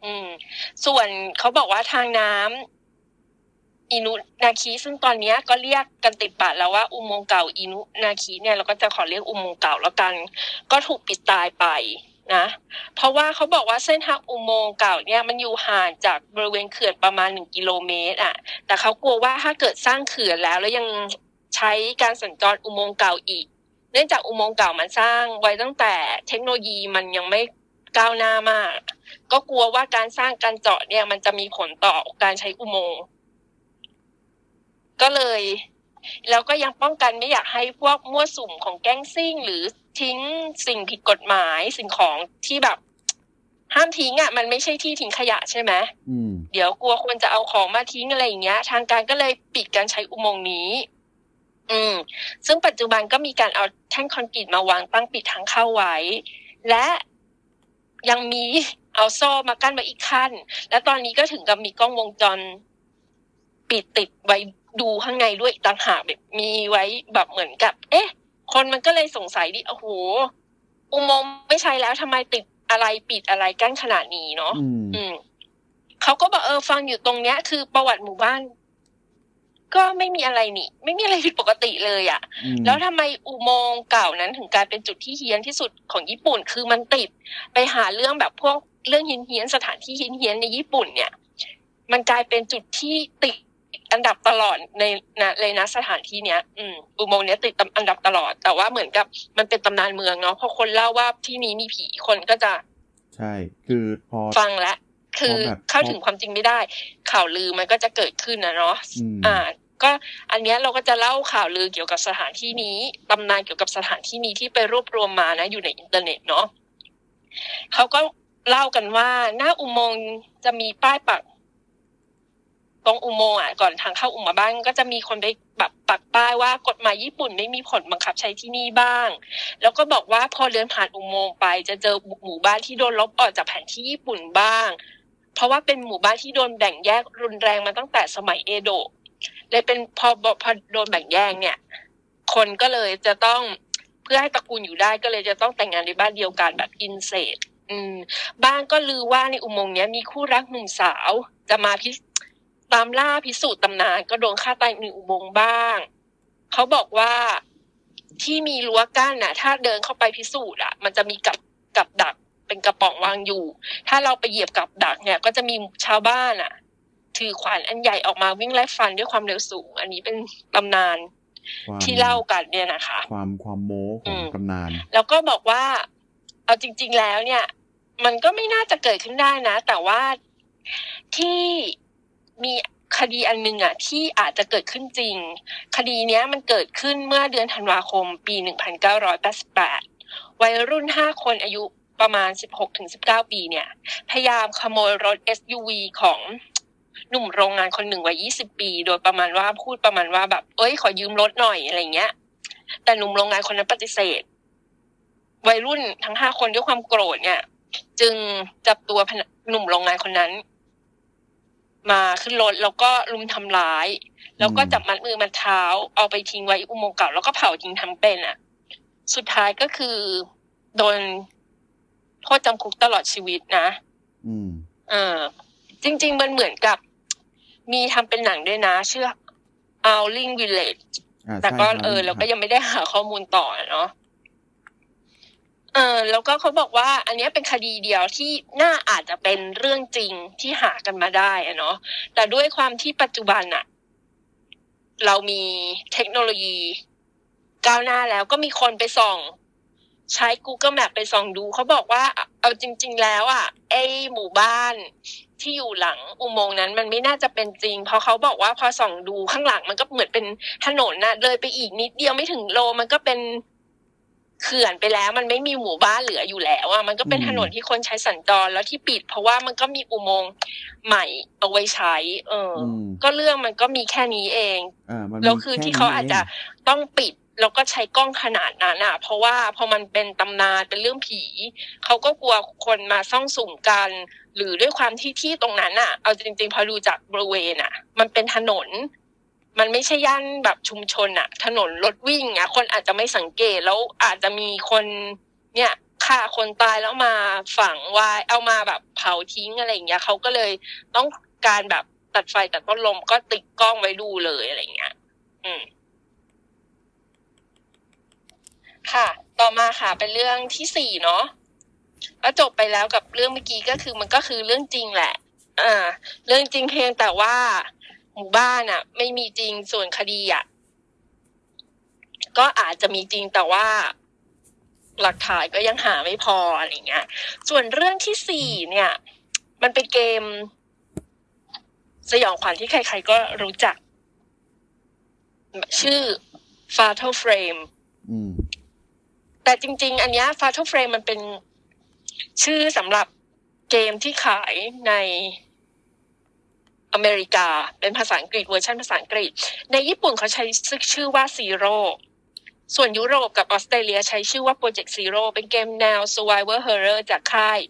ส่วนเขาบอกว่าทางน้ำอินุนาคิซึ่งตอนนี้ก็เรียกกันติดปากแล้วว่าอุโมงค์เก่าอินุนาคิเนี่ยเราก็จะขอเรียกอุโมงค์เก่าแล้วกันก็ถูกปิดตายไปนะเพราะว่าเขาบอกว่าเส้นทางอุโมงค์เก่าเนี่ยมันอยู่ห่างจากบริเวณเขื่อนประมาณ1 กิโลเมตรอ่ะแต่เขากลัวว่าถ้าเกิดสร้างเขื่อนแล้วยังใช้การสัญจรอุโมงค์เก่าอีกเนื่องจากอุโมงค์เก่ามันสร้างไว้ตั้งแต่เทคโนโลยีมันยังไม่ก้าวหน้ามากก็กลัวว่าการสร้างการเจาะเนี่ยมันจะมีผลต่อการใช้อุโมงค์ก็เลยแล้วก็ยังป้องกันไม่อยากให้พวกมั่วสุมของแก๊งซิ่งหรือทิ้งสิ่งผิดกฎหมายสิ่งของที่แบบห้ามทิ้งอ่ะมันไม่ใช่ที่ทิ้งขยะใช่ไหมเดี๋ยวกลัวคนจะเอาของมาทิ้งอะไรอย่างเงี้ยทางการก็เลยปิดการใช้อุโมงค์นี้ซึ่งปัจจุบันก็มีการเอาแท่งคอนกรีตมาวางตั้งปิดทางเข้าไว้และยังมีเอาโซ่มากั้นไว้อีกขั้นและตอนนี้ก็ถึงกับมีกล้องวงจรปิดติดไว้ดูข้างในด้วยต่างหากแบบมีไว้แบบเหมือนกับคนมันก็เลยสงสัยดิโอ้โหอุโมงค์ไม่ใช่แล้วทำไมติดอะไรปิดอะไรกั้นขนาดนี้เนาะเขาก็บอกฟังอยู่ตรงเนี้ยคือประวัติหมู่บ้านก็ไม่มีอะไรนี่ไม่มีอะไรผิดปกติเลยอ่ะแล้วทำไมอุโมงค์เก่านั้นถึงกลายเป็นจุดที่เฮี้ยนที่สุดของญี่ปุ่นคือมันติดไปหาเรื่องแบบพวกเรื่องเฮี้ยนสถานที่เฮี้ยนในญี่ปุ่นเนี่ยมันกลายเป็นจุดที่ติดอันดับตลอดในเลยนะสถานที่เนี้ยอุโมงค์เนี้ยติดอันดับตลอดแต่ว่าเหมือนกับมันเป็นตำนานเมืองเนาะพอคนเล่าว่าที่นี้มีผีคนก็จะใช่คือพอฟังแล้วคือเข้าถึงความจริงไม่ได้ข่าวลือมันก็จะเกิดขึ้นนะเนาะก็อันเนี้ยเราก็จะเล่าข่าวลือเกี่ยวกับสถานที่นี้ตำนานเกี่ยวกับสถานที่นี้ที่ไปรวบรวมมานะอยู่ในอินเทอร์เน็ตเนาะเขาก็เล่ากันว่าหน้าอุโมงค์จะมีป้ายปักตรงอุโมงค์ก่อนทางเข้าอุโมงค์บ้านก็จะมีคนไปแบบปักป้ายว่ากฎหมายญี่ปุ่นไม่มีผลบังคับใช้ที่นี่บ้างแล้วก็บอกว่าพอเดินผ่านอุโมงค์ไปจะเจอหมู่บ้านที่โดนลบออกจากแผนที่ญี่ปุ่นบ้างเพราะว่าเป็นหมู่บ้านที่โดนแบ่งแยกรุนแรงมาตั้งแต่สมัยเอโดะเลยเป็นพอโดนแบ่งแยกเนี่ยคนก็เลยจะต้องเพื่อให้ตระกูลอยู่ได้ก็เลยจะต้องแต่งงานในบ้านเดียวกันแบบอินเซสบ้านก็ลือว่าในอุโมงค์นี้มีคู่รักหนุ่มสาวจะมาตามล่าพิสูจน์ตำนานก็โดนฆ่าตายในอุโมงค์บ้างเขาบอกว่าที่มีรั้วกั้นน่ะถ้าเดินเข้าไปพิสูจน์มันจะมีกับดักเป็นกระป๋องวางอยู่ถ้าเราไปเหยียบกับดักเนี่ยก็จะมีชาวบ้านถือขวานอันใหญ่ออกมาวิ่งไล่ฟันด้วยความเร็วสูงอันนี้เป็นตำนานที่เล่ากันเนี่ยนะคะความโม้ของตำนานแล้วก็บอกว่าเอาจริงๆแล้วเนี่ยมันก็ไม่น่าจะเกิดขึ้นได้นะแต่ว่าที่มีคดีอันนึงที่อาจจะเกิดขึ้นจริงคดีเนี้ยมันเกิดขึ้นเมื่อเดือนธันวาคมปี1988วัยรุ่น5คนอายุประมาณ 16-19 ปีเนี่ยพยายามขโมยรถ SUV ของหนุ่มโรงงานคนหนึ่งวัย20 ปีโดยประมาณว่าพูดประมาณว่าแบบขอยืมรถหน่อยอะไรเงี้ยแต่หนุ่มโรงงานคนนั้นปฏิเสธวัยรุ่นทั้ง5คนด้วยความโกรธเนี่ยจึงจับตัวหนุ่มโรงงานคนนั้นมาขึ้นรถแล้วก็รุมทำร้ายแล้วก็จับมัดมือมัดเท้าเอาไปทิ้งไว้อุโมงค์เก่าแล้วก็เผาทิ้งทั้งเป็นสุดท้ายก็คือโดนโทษจำคุกตลอดชีวิตนะจริงๆมันเหมือนกับมีทำเป็นหนังด้วยนะชื่อ Howling Village แต่ก็เราก็ยังไม่ได้หาข้อมูลต่อเนาะแล้วก็เขาบอกว่าอันนี้เป็นคดีเดียวที่น่าอาจจะเป็นเรื่องจริงที่หากันมาได้เนาะแต่ด้วยความที่ปัจจุบันเรามีเทคโนโลยีก้าวหน้าแล้วก็มีคนไปส่องใช้ Google Map ไปส่องดูเขาบอกว่าเอาจริงๆแล้วไอ้หมู่บ้านที่อยู่หลังอุโมงค์นั้นมันไม่น่าจะเป็นจริงเพราะเขาบอกว่าพอส่องดูข้างหลังมันก็เหมือนเป็นถนนเลยไปอีกนิดเดียวไม่ถึงโลมันก็เป็นเขื่อนไปแล้วมันไม่มีหมู่บ้านเหลืออยู่แล้วมันก็เป็นถนนที่คนใช้สัญจรแล้วที่ปิดเพราะว่ามันก็มีอุโมงค์ใหม่เอาไว้ใช้ก็เรื่องมันก็มีแค่นี้เองแล้วคือที่เขาอาจจะต้องปิดแล้วก็ใช้กล้องขนาดนั้นเพราะว่าพอมันเป็นตำนานเป็นเรื่องผีเขาก็กลัวคนมาซ่องสุมกันหรือด้วยความที่ตรงนั้นเอาจริงๆพอดูจากบริเวณมันเป็นถนนมันไม่ใช่ย่านแบบชุมชนถนนรถวิ่งคนอาจจะไม่สังเกตแล้วอาจจะมีคนเนี่ยฆ่าคนตายแล้วมาฝังไว้เอามาแบบเผาทิ้งอะไรอย่างเงี้ยเขาก็เลยต้องการแบบตัดไฟตัดต้นลมก็ติดกล้องไว้ดูเลยอะไรอย่างเงี้ยค่ะต่อมาค่ะเป็นเรื่องที่4เนาะก็จบไปแล้วกับเรื่องเมื่อกี้ก็คือมันก็คือเรื่องจริงแหละเรื่องจริงเพียงแต่ว่าหมู่บ้านอ่ะไม่มีจริงส่วนคดีอ่ะก็อาจจะมีจริงแต่ว่าหลักฐานก็ยังหาไม่พออะไรเงี้ยส่วนเรื่องที่4เนี่ยมันเป็นเกมสยองขวัญที่ใครๆก็รู้จักชื่อ Fatal Frame แต่จริงๆอันเนี้ย Fatal Frame มันเป็นชื่อสำหรับเกมที่ขายในอเมริกาเป็นภาษาอังกฤษเวอร์ชันภาษาอังกฤษในญี่ปุ่นเขาใช้ชื่อว่า Zero ส่วนยุโรปกับออสเตรเลียใช้ชื่อว่า Project Zero เป็นเกมแนว Survival Horror จากค่าย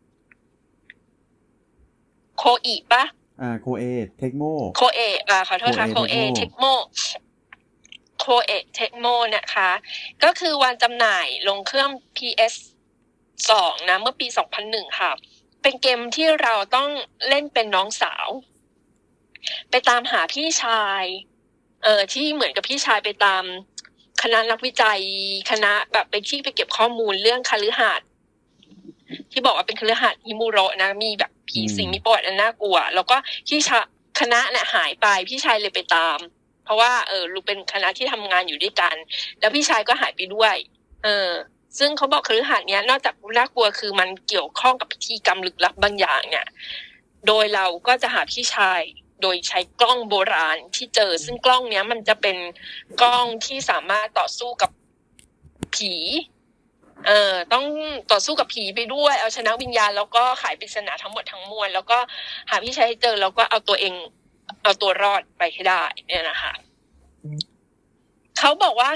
โคอิปะโคเอเทคโมโคเอขอโทษค่ะโคเอเทคโมโคเอเทคโมนะคะก็คือวางจำหน่ายลงเครื่อง PS2 นะเมื่อปี 2001 ค่ะเป็นเกมที่เราต้องเล่นเป็นน้องสาวไปตามหาพี่ชายที่เหมือนกับพี่ชายไปตามคณะนักวิจัยคณะแบบไปที่ไปเก็บข้อมูลเรื่องคฤหาสน์ที่บอกว่าเป็นคฤหาสน์ฮิมูโระนะมีแบบผีสิงมีประวัติอันน่ากลัวแล้วก็ที่คณะเนี่ยหายไปพี่ชายเลยไปตามเพราะว่าลูกเป็นคณะที่ทำงานอยู่ด้วยกันแล้วพี่ชายก็หายไปด้วยซึ่งเขาบอกคฤหาสน์เนี้ยนอกจากน่ากลัวคือมันเกี่ยวข้องกับพิธีกรรมลึกลับบางอย่างเนี่ยโดยเราก็จะหาพี่ชายโดยใช้กล้องโบราณที่เจอซึ่งกล้องเนี้ยมันจะเป็นกล้องที่สามารถต่อสู้กับผีต้องต่อสู้กับผีไปด้วยเอาชนะวิญญาณแล้วก็ไขปริศนาทั้งหมดทั้งมวลแล้วก็หาพี่ชายให้เจอแล้วก็เอาตัวรอดไปให้ได้เนี่ยนะคะเขาบอกว่า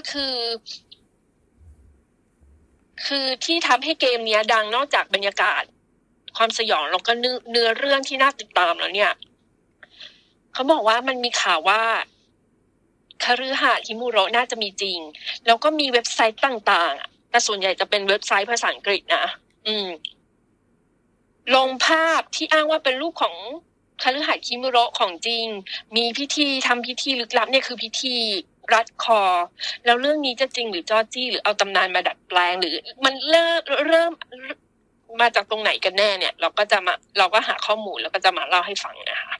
คือที่ทำให้เกมเนี้ยดังนอกจากบรรยากาศความสยองแล้วก็เนื้อเรื่องที่น่าติดตามแล้วเนี่ยเขาบอกว่ามันมีข่าวว่าคฤหาสน์ฮิมูโระน่าจะมีจริงแล้วก็มีเว็บไซต์ต่างๆแต่ส่วนใหญ่จะเป็นเว็บไซต์ภาษาอังกฤษนะลงภาพที่อ้างว่าเป็นรูปของคฤหาสน์ฮิมูโระของจริงมีทำพิธีลึกลับเนี่ยคือพิธีรัดคอแล้วเรื่องนี้จะจริงหรือจ้อจี้หรือเอาตำนานมาดัดแปลงหรือมันเริ่มมาจากตรงไหนกันแน่เนี่ยเราก็หาข้อมูลแล้วก็จะมาเล่าให้ฟังนะคะ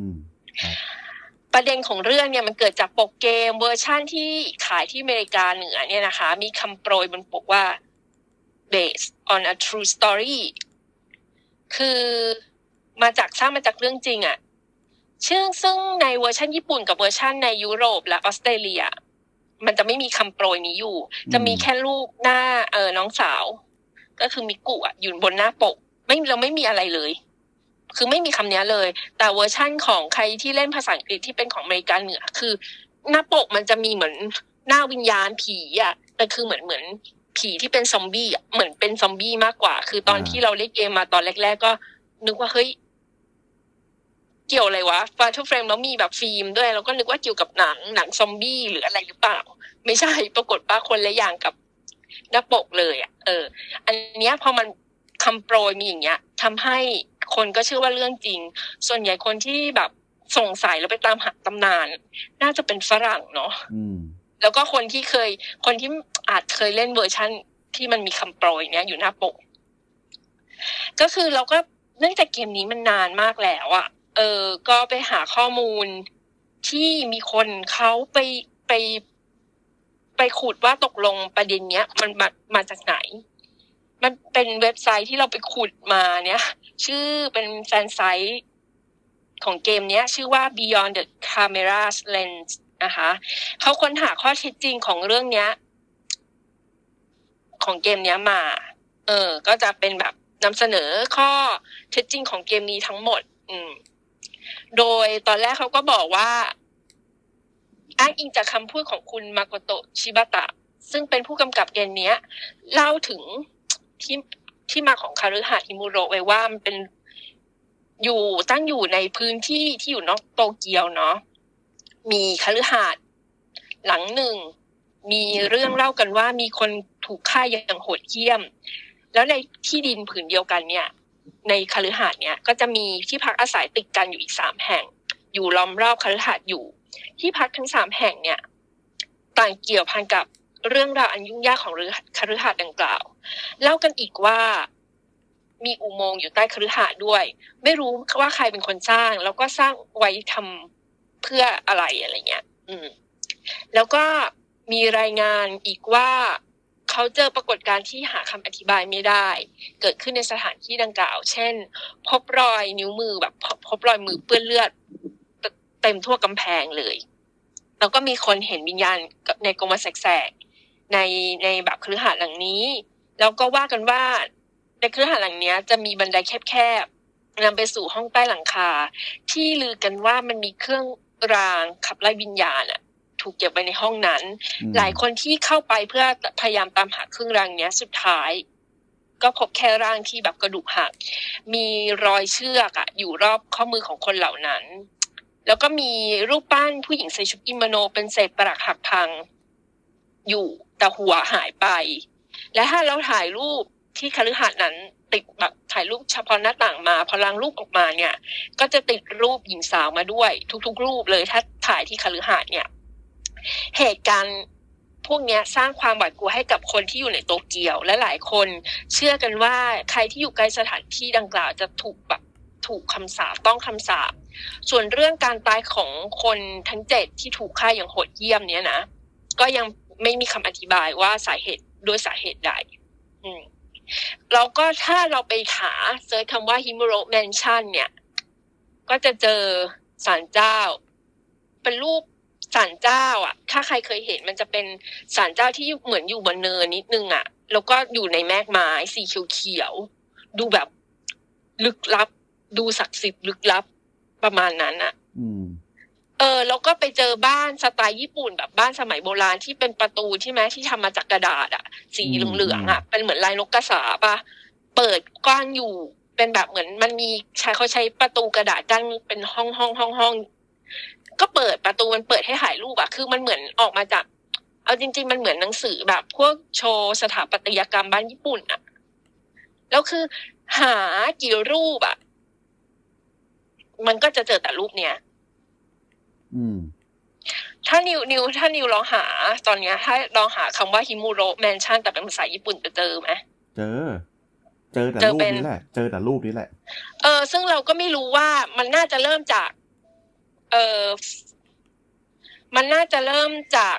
ประเด็นของเรื่องเนี่ยมันเกิดจากปกเกมเวอร์ชั่นที่ขายที่อเมริกาเหนือเนี่ยนะคะมีคำโปรยบนปกว่า based on a true story คือสร้างมาจากเรื่องจริงอ่ะซึ่งในเวอร์ชันญี่ปุ่นกับเวอร์ชันในยุโรปและออสเตรเลียมันจะไม่มีคำโปรยนี้อยู่จะมีแค่รูปหน้าน้องสาวก็คือมิกุอยู่บนหน้าปกเราไม่มีอะไรเลยคือไม่มีคำนี้เลยแต่เวอร์ชั่นของใครที่เล่นภาษาอังกฤษที่เป็นของอเมริกาเหนือคือหน้าปกมันจะมีเหมือนหน้าวิญญาณผีอ่ะแต่คือเหมือนผีที่เป็นซอมบี้อ่ะเหมือนเป็นซอมบี้มากกว่าคือตอนที่เราเล่นเกมมาตอนแรกๆก็นึกว่าเฮ้ยเกี่ยวอะไรวะ Fatal Frame แล้วมีแบบฟิล์มด้วยเราก็นึกว่าเกี่ยวกับหนังซอมบี้หรืออะไรหรือเปล่าไม่ใช่ปรากฏว่าคนละอย่างกับหน้าปกเลยอ่ะอันเนี้ยพอมันคำโปรยมีอย่างเงี้ยทำให้คนก็เชื่อว่าเรื่องจริงส่วนใหญ่คนที่แบบสงสัยแล้วไปตามหาตำนานน่าจะเป็นฝรั่งเนาะแล้วก็คนที่อาจเคยเล่นเวอร์ชันที่มันมีคำโปรยเนี้ยอยู่หน้าปกก็คือเราก็เนื่องจากเกมนี้มันนานมากแล้วอ่ะก็ไปหาข้อมูลที่มีคนเขาไปขุดว่าตกลงประเด็นเนี้ยมันมาจากไหนมันเป็นเว็บไซต์ที่เราไปขุดมาเนี่ยชื่อเป็นแฟนไซต์ของเกมเนี้ยชื่อว่า Beyond the Camera's Lens นะคะเขาค้นหาข้อเท็จจริงของเรื่องเนี้ยของเกมเนี้ยมาก็จะเป็นแบบนำเสนอข้อเท็จจริงของเกมนี้ทั้งหมดโดยตอนแรกเขาก็บอกว่าอ้างอิงจากคำพูดของคุณมาโกโตะชิบะตะซึ่งเป็นผู้กำกับเกมนี้เล่าถึงที่มาของคฤหาสน์ฮิมูโระไว้ว่ามันเป็นตั้งอยู่ในพื้นที่ที่อยู่นอกโตเกียวเนาะมีคฤหาสน์หลังหนึ่งมีเรื่องเล่ากันว่ามีคนถูกฆ่าอย่างโหดเหี้ยมแล้วในที่ดินผืนเดียวกันเนี่ยในคฤหาสน์เนี่ยก็จะมีที่พักอาศัยติดกันอยู่อีก3แห่งอยู่ล้อมรอบคฤหาสน์อยู่ที่พักทั้ง3แห่งเนี่ยต่างเกี่ยวพันกับเรื่องราวอันยุ่งยากของคฤหาสน์ดังกล่าวเล่ากันอีกว่ามีอุโมงค์อยู่ใต้คฤหาสน์ด้วยไม่รู้ว่าใครเป็นคนสร้างแล้วก็สร้างไว้ทำเพื่ออะไรเงี้ยแล้วก็มีรายงานอีกว่าเขาเจอปรากฏการณ์ที่หาคำอธิบายไม่ได้เกิดขึ้นในสถานที่ดังกล่าวเช่นพบรอยนิ้วมือแบบพบรอยมือเปื้อนเลือดเต็มทั่วกำแพงเลยแล้วก็มีคนเห็นวิญญาณในกลมแสกๆในแบบคฤหาสน์หลังนี้แล้วก็ว่ากันว่าในคฤหาสน์หลังนี้จะมีบันไดแคบๆนำไปสู่ห้องใต้หลังคาที่ลือกันว่ามันมีเครื่องรางขับไล่วิญญาณถูกเก็บไว้ในห้องนั้นหลายคนที่เข้าไปเพื่อพยายามตามหาเครื่องรางเนี้ยสุดท้ายก็พบแค่ร่างที่แบบกระดูกหักมีรอยเชือกอยู่รอบข้อมือของคนเหล่านั้นแล้วก็มีรูปปั้นผู้หญิงใส่ชุดกิโมโนเป็นเศษปรักหักพังอยู่แต่หัวหายไปและถ้าเราถ่ายรูปที่คฤหาสน์นั้นติดแบบถ่ายรูปเฉพาะหน้าต่างมาพอล้างรูปออกมาเนี่ยก็จะติดรูปหญิงสาวมาด้วยทุกๆรูปเลยถ้าถ่ายที่คฤหาสน์เนี่ยเหตุการณ์พวกนี้สร้างความหวาดกลัวให้กับคนที่อยู่ในโตเกียวและหลายคนเชื่อกันว่าใครที่อยู่ใกล้สถานที่ดังกล่าวจะถูกคำสาปต้องคำสาปส่วนเรื่องการตายของคนทั้ง7ที่ถูกฆ่าอย่างโหดเหี้ยมเนี้ยนะก็ยังไม่มีคำอธิบายว่าสาเหตุใดแล้วก็ถ้าเราไปหาเซิร์ชคำว่าฮิมูโรแมนชั่นเนี่ยก็จะเจอศาลเจ้าเป็นรูปศาลเจ้าถ้าใครเคยเห็นมันจะเป็นศาลเจ้าที่เหมือนอยู่บนเนินนิดนึงแล้วก็อยู่ในแมกไม้สีเขียวๆดูแบบลึกลับดูศักดิ์สิทธิ์ลึกลับประมาณนั้นแล้วก็ไปเจอบ้านสไตล์ญี่ปุ่นแบบบ้านสมัยโบราณที่เป็นประตูใช่ไหมที่ทำมาจากกระดาษสีเหลืองๆเป็นเหมือนลายนกกระสาป่ะเปิดกว้างอยู่เป็นแบบเหมือนมันมีเขาใช้ประตูกระดาษกั้นเป็นห้องก็เปิดประตูมันเปิดให้ถ่ายรูปคือมันเหมือนออกมาจากเอาจริงๆมันเหมือนหนังสือแบบพวกโชว์สถาปัตยกรรมบ้านญี่ปุ่นแล้วคือหากี่รูปมันก็จะเจอแต่รูปเนี้ยถ้านิวลองหาตอนนี้ถ้าลองหาคำว่าฮิมูโรแมนชั่นแต่เป็นภาษาญี่ปุ่นจะเจอไหมเจอแต่รูปนี้แหละเจอแต่รูปนี้แหละซึ่งเราก็ไม่รู้ว่ามันน่าจะเริ่มจากมันน่าจะเริ่มจาก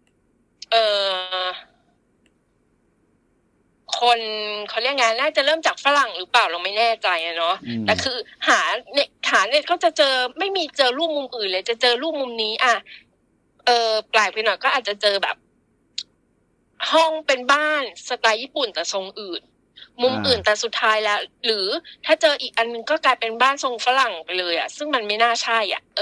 คนเขาเรียกไงน่าจะเริ่มจากฝรั่งหรือเปล่าเราไม่แน่ใจเนาะแต่คือหาเนี่ยก็จะเจอไม่มีเจอรูปมุมอื่นเลยจะเจอรูปมุมนี้แปลกไปหน่อยก็อาจจะเจอแบบห้องเป็นบ้านสไตล์ญี่ปุ่นแต่ทรงอื่นมุมอื่นแต่สุดท้ายแล้วหรือถ้าเจออีกอันนึงก็กลายเป็นบ้านทรงฝรั่งไปเลยซึ่งมันไม่น่าใช่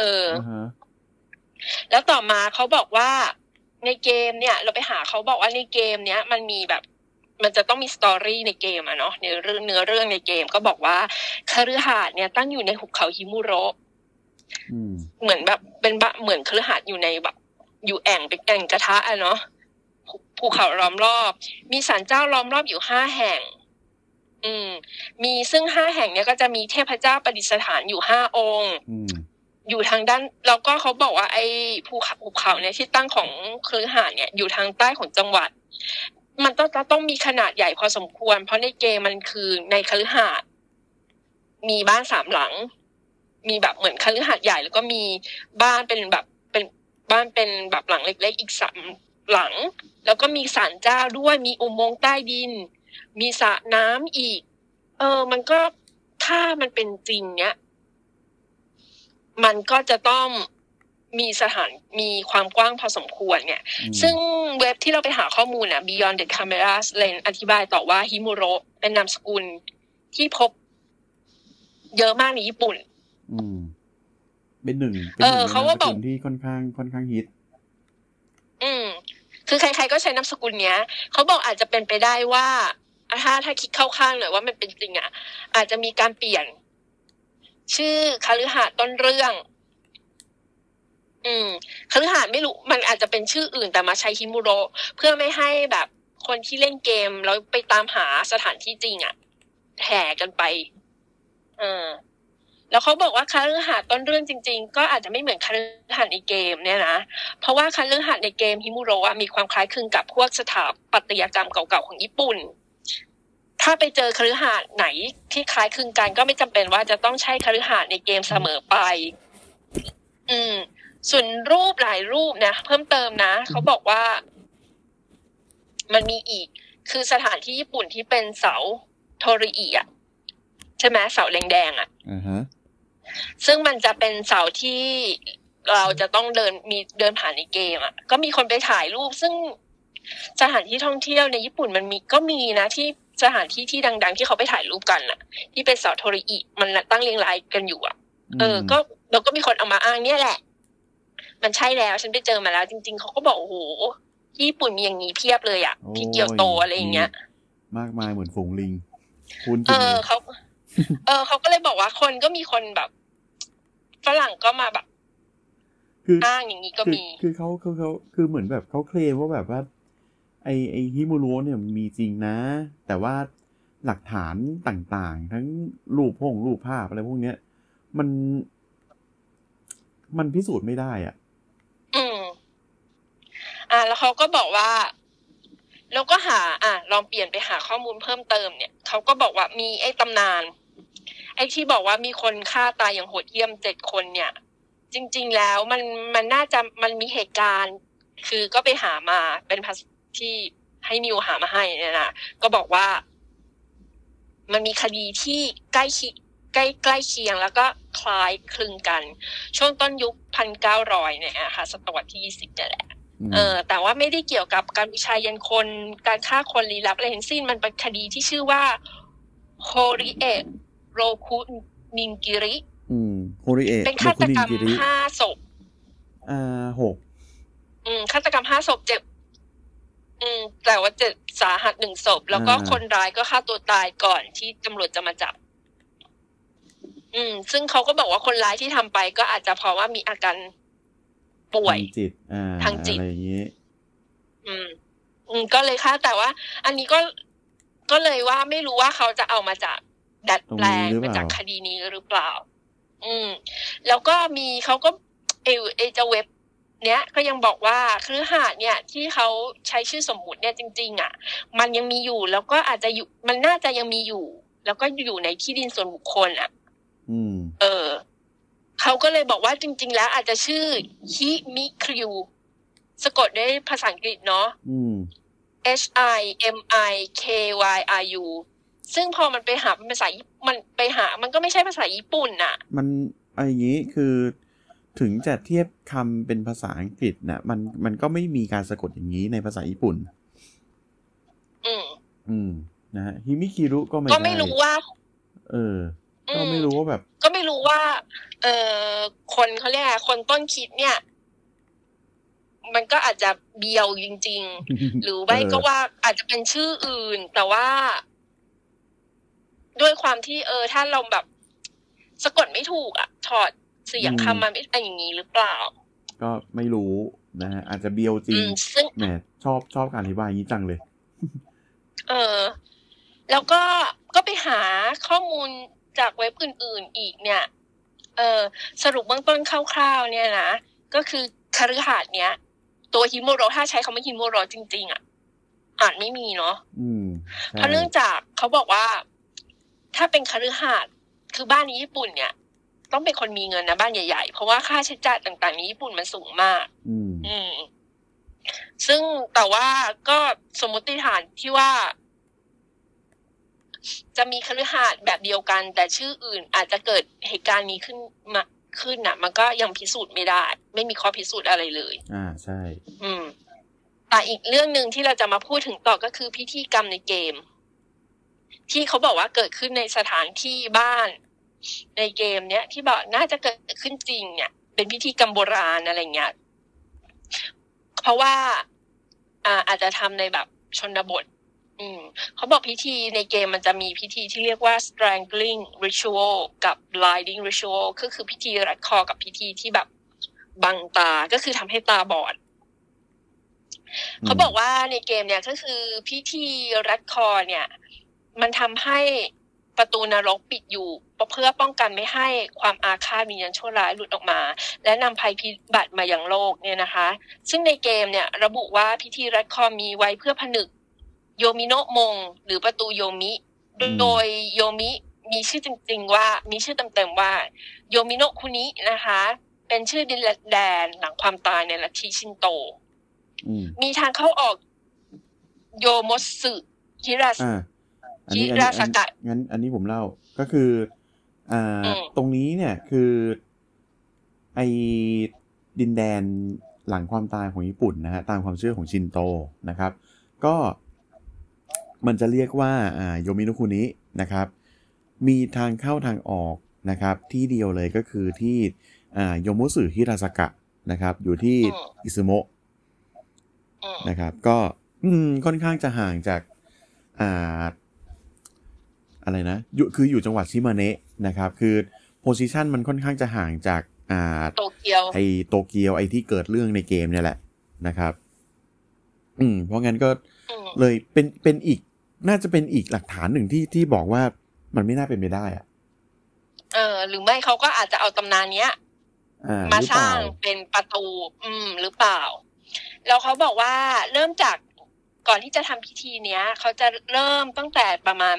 แล้วต่อมาเขาบอกว่าในเกมเนี่ยเราไปหาเขาบอกว่าในเกมเนี้ยมันมีแบบมันจะต้องมีสตอรี่ในเกมเนาะในเนื้อเรื่องในเกมก็บอกว่าคฤหาสน์เนี่ยตั้งอยู่ในหุบเขาฮิมูโระเหมือนแบบเป็นเหมือนคฤหาสน์อยู่ในแบบอยู่เป็นแอ่งกระทะเนาะภูเขาล้อมรอบมีศาลเจ้าล้อมรอบอยู่5แห่งมีซึ่ง5แห่งเนี่ยก็จะมีเทพเจ้าประดิษฐานอยู่5องค์อยู่ทางด้านแล้วก็เขาบอกว่าไอ้ภูเขาเนี่ยที่ตั้งของคฤหาสน์เนี่ยอยู่ทางใต้ของจังหวัดมันต้องมีขนาดใหญ่พอสมควรเพราะในเกมมันคือในคฤหาสน์มีบ้าน3หลังมีแบบเหมือนคฤหาสน์ใหญ่แล้วก็มีบ้านเป็นแบบเป็นบ้านเป็นแบบหลังเล็กๆอีก3หลังแล้วก็มีศาลเจ้าด้วยมีอุโมงค์ใต้ดินมีสระน้ำอีกมันก็ถ้ามันเป็นจริงเนี้ยมันก็จะต้องมีความกว้างพอสมควรเนี่ยซึ่งเว็บที่เราไปหาข้อมูลBeyond the Camera's Lens อธิบายต่อว่าฮิมูโระเป็นนามสกุลที่พบเยอะมากในญี่ปุ่นเป็นหนึ่งเขาว่าบอกที่ค่อนข้างฮิตคือใครๆก็ใช้นามสกุลเนี้ยเขาบอกอาจจะเป็นไปได้ว่าถ้าคิดเข้าข้างหน่อยว่ามันเป็นจริงอาจจะมีการเปลี่ยนชื่อคฤหาสน์ต้นเรื่องคฤหาสน์ไม่รู้มันอาจจะเป็นชื่ออื่นแต่มาใช้ฮิมูโระเพื่อไม่ให้แบบคนที่เล่นเกมแล้วไปตามหาสถานที่จริงอ่ะแห่กันไปแล้วเขาบอกว่าคฤหาสน์ต้นเรื่องจริงๆก็อาจจะไม่เหมือนคฤหาสน์ในเกมเนี่ยนะเพราะว่าคฤหาสน์ในเกมฮิมุโระมีความคล้ายคลึงกับพวกสถาปัตยกรรมเก่าๆของญี่ปุ่นถ้าไปเจอคฤหาสน์ไหนที่คล้ายคลึงกันก็ไม่จำเป็นว่าจะต้องใช่คฤหาสน์ในเกมเสมอไปส่วนรูปหลายรูปนะเพิ่มเติมนะเขาบอกว่ามันมีอีกคือสถานที่ญี่ปุ่นที่เป็นเสาโทริอิอ่ะใช่ไหมเสาแดงๆอ่ะซึ่งมันจะเป็นเสาที่เราจะต้องเดินผ่านในเกมอ่ะก็มีคนไปถ่ายรูปซึ่งสถานที่ท่องเที่ยวในญี่ปุ่นมันมีนะที่สถานที่ที่ดังๆที่เขาไปถ่ายรูปกันอ่ะที่เป็นเสาโทริอิมันตั้งเรียงรายกันอยู่อ่ะก็เราก็มีคนเอามาอ้างเนี่ยแหละมันใช่แล้วฉันไปเจอมาแล้วจริงๆเขาก็บอกโอ้โหที่ญี่ปุ่นมีอย่างนี้เพียบเลยอ่ะที่เกียวโตอะไรอย่างเงี้ยมากมายเหมือนฝูงลิงคุณเขาก็เลยบอกว่าคนก็มีคนแบบฝรั่งก็มาแบบอ้างอย่างนี้ก็มีคือเขาคือเหมือนแบบเขาเคลมว่าแบบว่าไอฮิมูโระเนี่ยมีจริงนะแต่ว่าหลักฐานต่างๆทั้งรูปภาพอะไรพวกเนี้ยมันพิสูจน์ไม่ได้อ่ะแล้วเขาก็บอกว่าแล้วก็หาลองเปลี่ยนไปหาข้อมูลเพิ่มเติมเนี่ยเขาก็บอกว่ามีไอ้ตำนานไอ้ที่บอกว่ามีคนฆ่าตายอย่างโหดเหี้ยม7 คนเนี่ยจริงๆแล้วมันน่าจะมันมีเหตุการณ์คือก็ไปหามาเป็นภาษาที่ให้นิวหามาให้เนี่ยนะก็บอกว่ามันมีคดีที่ใกล้เคียงแล้วก็คล้ายคลึงกันช่วงต้นยุค1900เนี่ยค่ะศตวรรษที่20เนี่ยแหละแต่ว่าไม่ได้เกี่ยวกับการบูชายันคนการฆ่าคนลี้ลับอะไรทั้งสิ้นมันเป็นคดีที่ชื่อว่าโฮริเอะโรคุนินกิริโฮริเอะเป็นฆาตกรรม5 ศพ 6 ฆาตกรรม5 ศพแต่ว่า7 สาหัส1 ศพแล้วก็คนร้ายก็ฆ่าตัวตายก่อนที่ตำรวจจะมาจับซึ่งเขาก็บอกว่าคนร้ายที่ทำไปก็อาจจะเพราะว่ามีอาการป่วยทางจิตอะไรอย่างนี้ก็เลยค่ะแต่ว่าอันนี้ก็เลยว่าไม่รู้ว่าเขาจะเอามาจากดัดแปลงมาจากคดีนี้หรือเปล่าแล้วก็มีเขาก็เจ้าเว็บเนี้ยก็ยังบอกว่าคฤหาสน์เนี่ยที่เขาใช้ชื่อสมมุติเนี่ยจริงๆอ่ะมันยังมีอยู่แล้วก็อาจจะอยู่มันน่าจะยังมีอยู่แล้วก็อยู่ในที่ดินส่วนบุคคลอ่ะเขาก็เลยบอกว่าจริงๆแล้วอาจจะชื่อฮิมิคริวสะกดด้วยภาษาอังกฤษเนาะHIMIKYRU ซึ่งพอมันไปหาเป็นภาษามันไปหามันก็ไม่ใช่ภาษาญี่ปุ่นน่ะมันอย่างนี้คือถึงจะเทียบคำเป็นภาษาอังกฤษน่ะมันก็ไม่มีการสะกดอย่างนี้ในภาษาญี่ปุ่นนะฮะฮิมิคิรุก็ไม่รู้ว่าก็ไม่รู้ว่าแบบก็ไม่รู้ว่าคนเขาเรียกคนต้นคิดเนี่ยมันก็อาจจะเบียวจริงๆหรือไม่ก็ว่าอาจจะเป็นชื่ออื่นแต่ว่าด้วยความที่ถ้าเราแบบสะกดไม่ถูกอ่ะถอดเสียงคำมันไม่เป็นอย่างนี้หรือเปล่าก็ไม่รู้นะฮะอาจจะเบียวจริงแหมชอบการอธิบายอย่างนี้จังเลยแล้วก็ไปหาข้อมูลจากเว็บอื่นๆอีกเนี่ยสรุปเบื้องต้นคร่าวๆเนี่ยนะก็คือคฤหาสน์เนี้ยตัวฮิโมโระถ้าใช้คำว่าฮิโมโระจริงๆอ่ะอาจไม่มีเนาะเพราะเนื่องจากเขาบอกว่าถ้าเป็นคฤหาสน์คือบ้านในญี่ปุ่นเนี่ยต้องเป็นคนมีเงินนะบ้านใหญ่ๆเพราะว่าค่าใช้จ่ายต่างๆในญี่ปุ่นมันสูงมากซึ่งแต่ว่าก็สมมติฐานที่ว่าจะมีคฤหาสน์แบบเดียวกันแต่ชื่ออื่นอาจจะเกิดเหตุการณ์นี้ขึ้นน่ะมันก็ยังพิสูจน์ไม่ได้ไม่มีข้อพิสูจน์อะไรเลยใช่แต่อีกเรื่องนึงที่เราจะมาพูดถึงต่อก็คือพิธีกรรมในเกมที่เขาบอกว่าเกิดขึ้นในสถานที่บ้านในเกมเนี้ยที่บอกน่าจะเกิดขึ้นจริงเนี่ยเป็นพิธีกรรมโบราณอะไรเงี้ยเพราะว่าอาจจะทำในแบบชนบทเขาบอกพิธีในเกมมันจะมีพิธีที่เรียกว่า strangling ritual กับ blinding ritual ก็คือพิธีรัดคอกับพิธีที่แบบบังตาก็คือทำให้ตาบอดเขาบอกว่าในเกมเนี่ยก็คือพิธีรัดคอเนี่ยมันทำให้ประตูนรกปิดอยู่เพื่อป้องกันไม่ให้ความอาฆาตวิญญาณชั่วร้ายหลุดออกมาและนำภัยพิบัติมายังโลกเนี่ยนะคะซึ่งในเกมเนี่ยระบุว่าพิธีรัดคอมีไว้เพื่อผนึกโยมิโนะมงหรือประตูโยมิโดยโยมิมีชื่อจริงๆว่ามีชื่อเต็มๆว่าโยมิโนะคุนินะคะเป็นชื่อดินแดนหลังความตายในลัทธิชินโตมีทางเข้าออกโยโมสึฮิราสกะงั้นอันนี้ผมเล่าก็คือตรงนี้เนี่ยคือไอดินแดนหลังความตายของญี่ปุ่นนะฮะตามความเชื่อของชินโตนะครับก็มันจะเรียกว่าโยมิโนะคุนินะครับมีทางเข้าทางออกนะครับที่เดียวเลยก็คือที่โยโมสึฮิราสกะนะครับอยู่ที่อิซึโมะนะครับก็ค่อนข้างจะห่างจากอะไรนะคืออยู่จังหวัดชิมาเนะนะครับคือโพซิชันมันค่อนข้างจะห่างจากโตเกียวไอโตเกียวไอที่เกิดเรื่องในเกมเนี่ยแหละนะครับเพราะงั้นก็เลยเป็นอีกน่าจะเป็นอีกหลักฐานหนึ่งที่บอกว่ามันไม่น่าเป็นไปได้อะหรือไม่เขาก็อาจจะเอาตำนานเนี้ยมาสร้างเป็นประตูหรือเปล่าแล้วเขาบอกว่าเริ่มจากก่อนที่จะทำพิธีเนี้ยเขาจะเริ่มตั้งแต่ประมาณ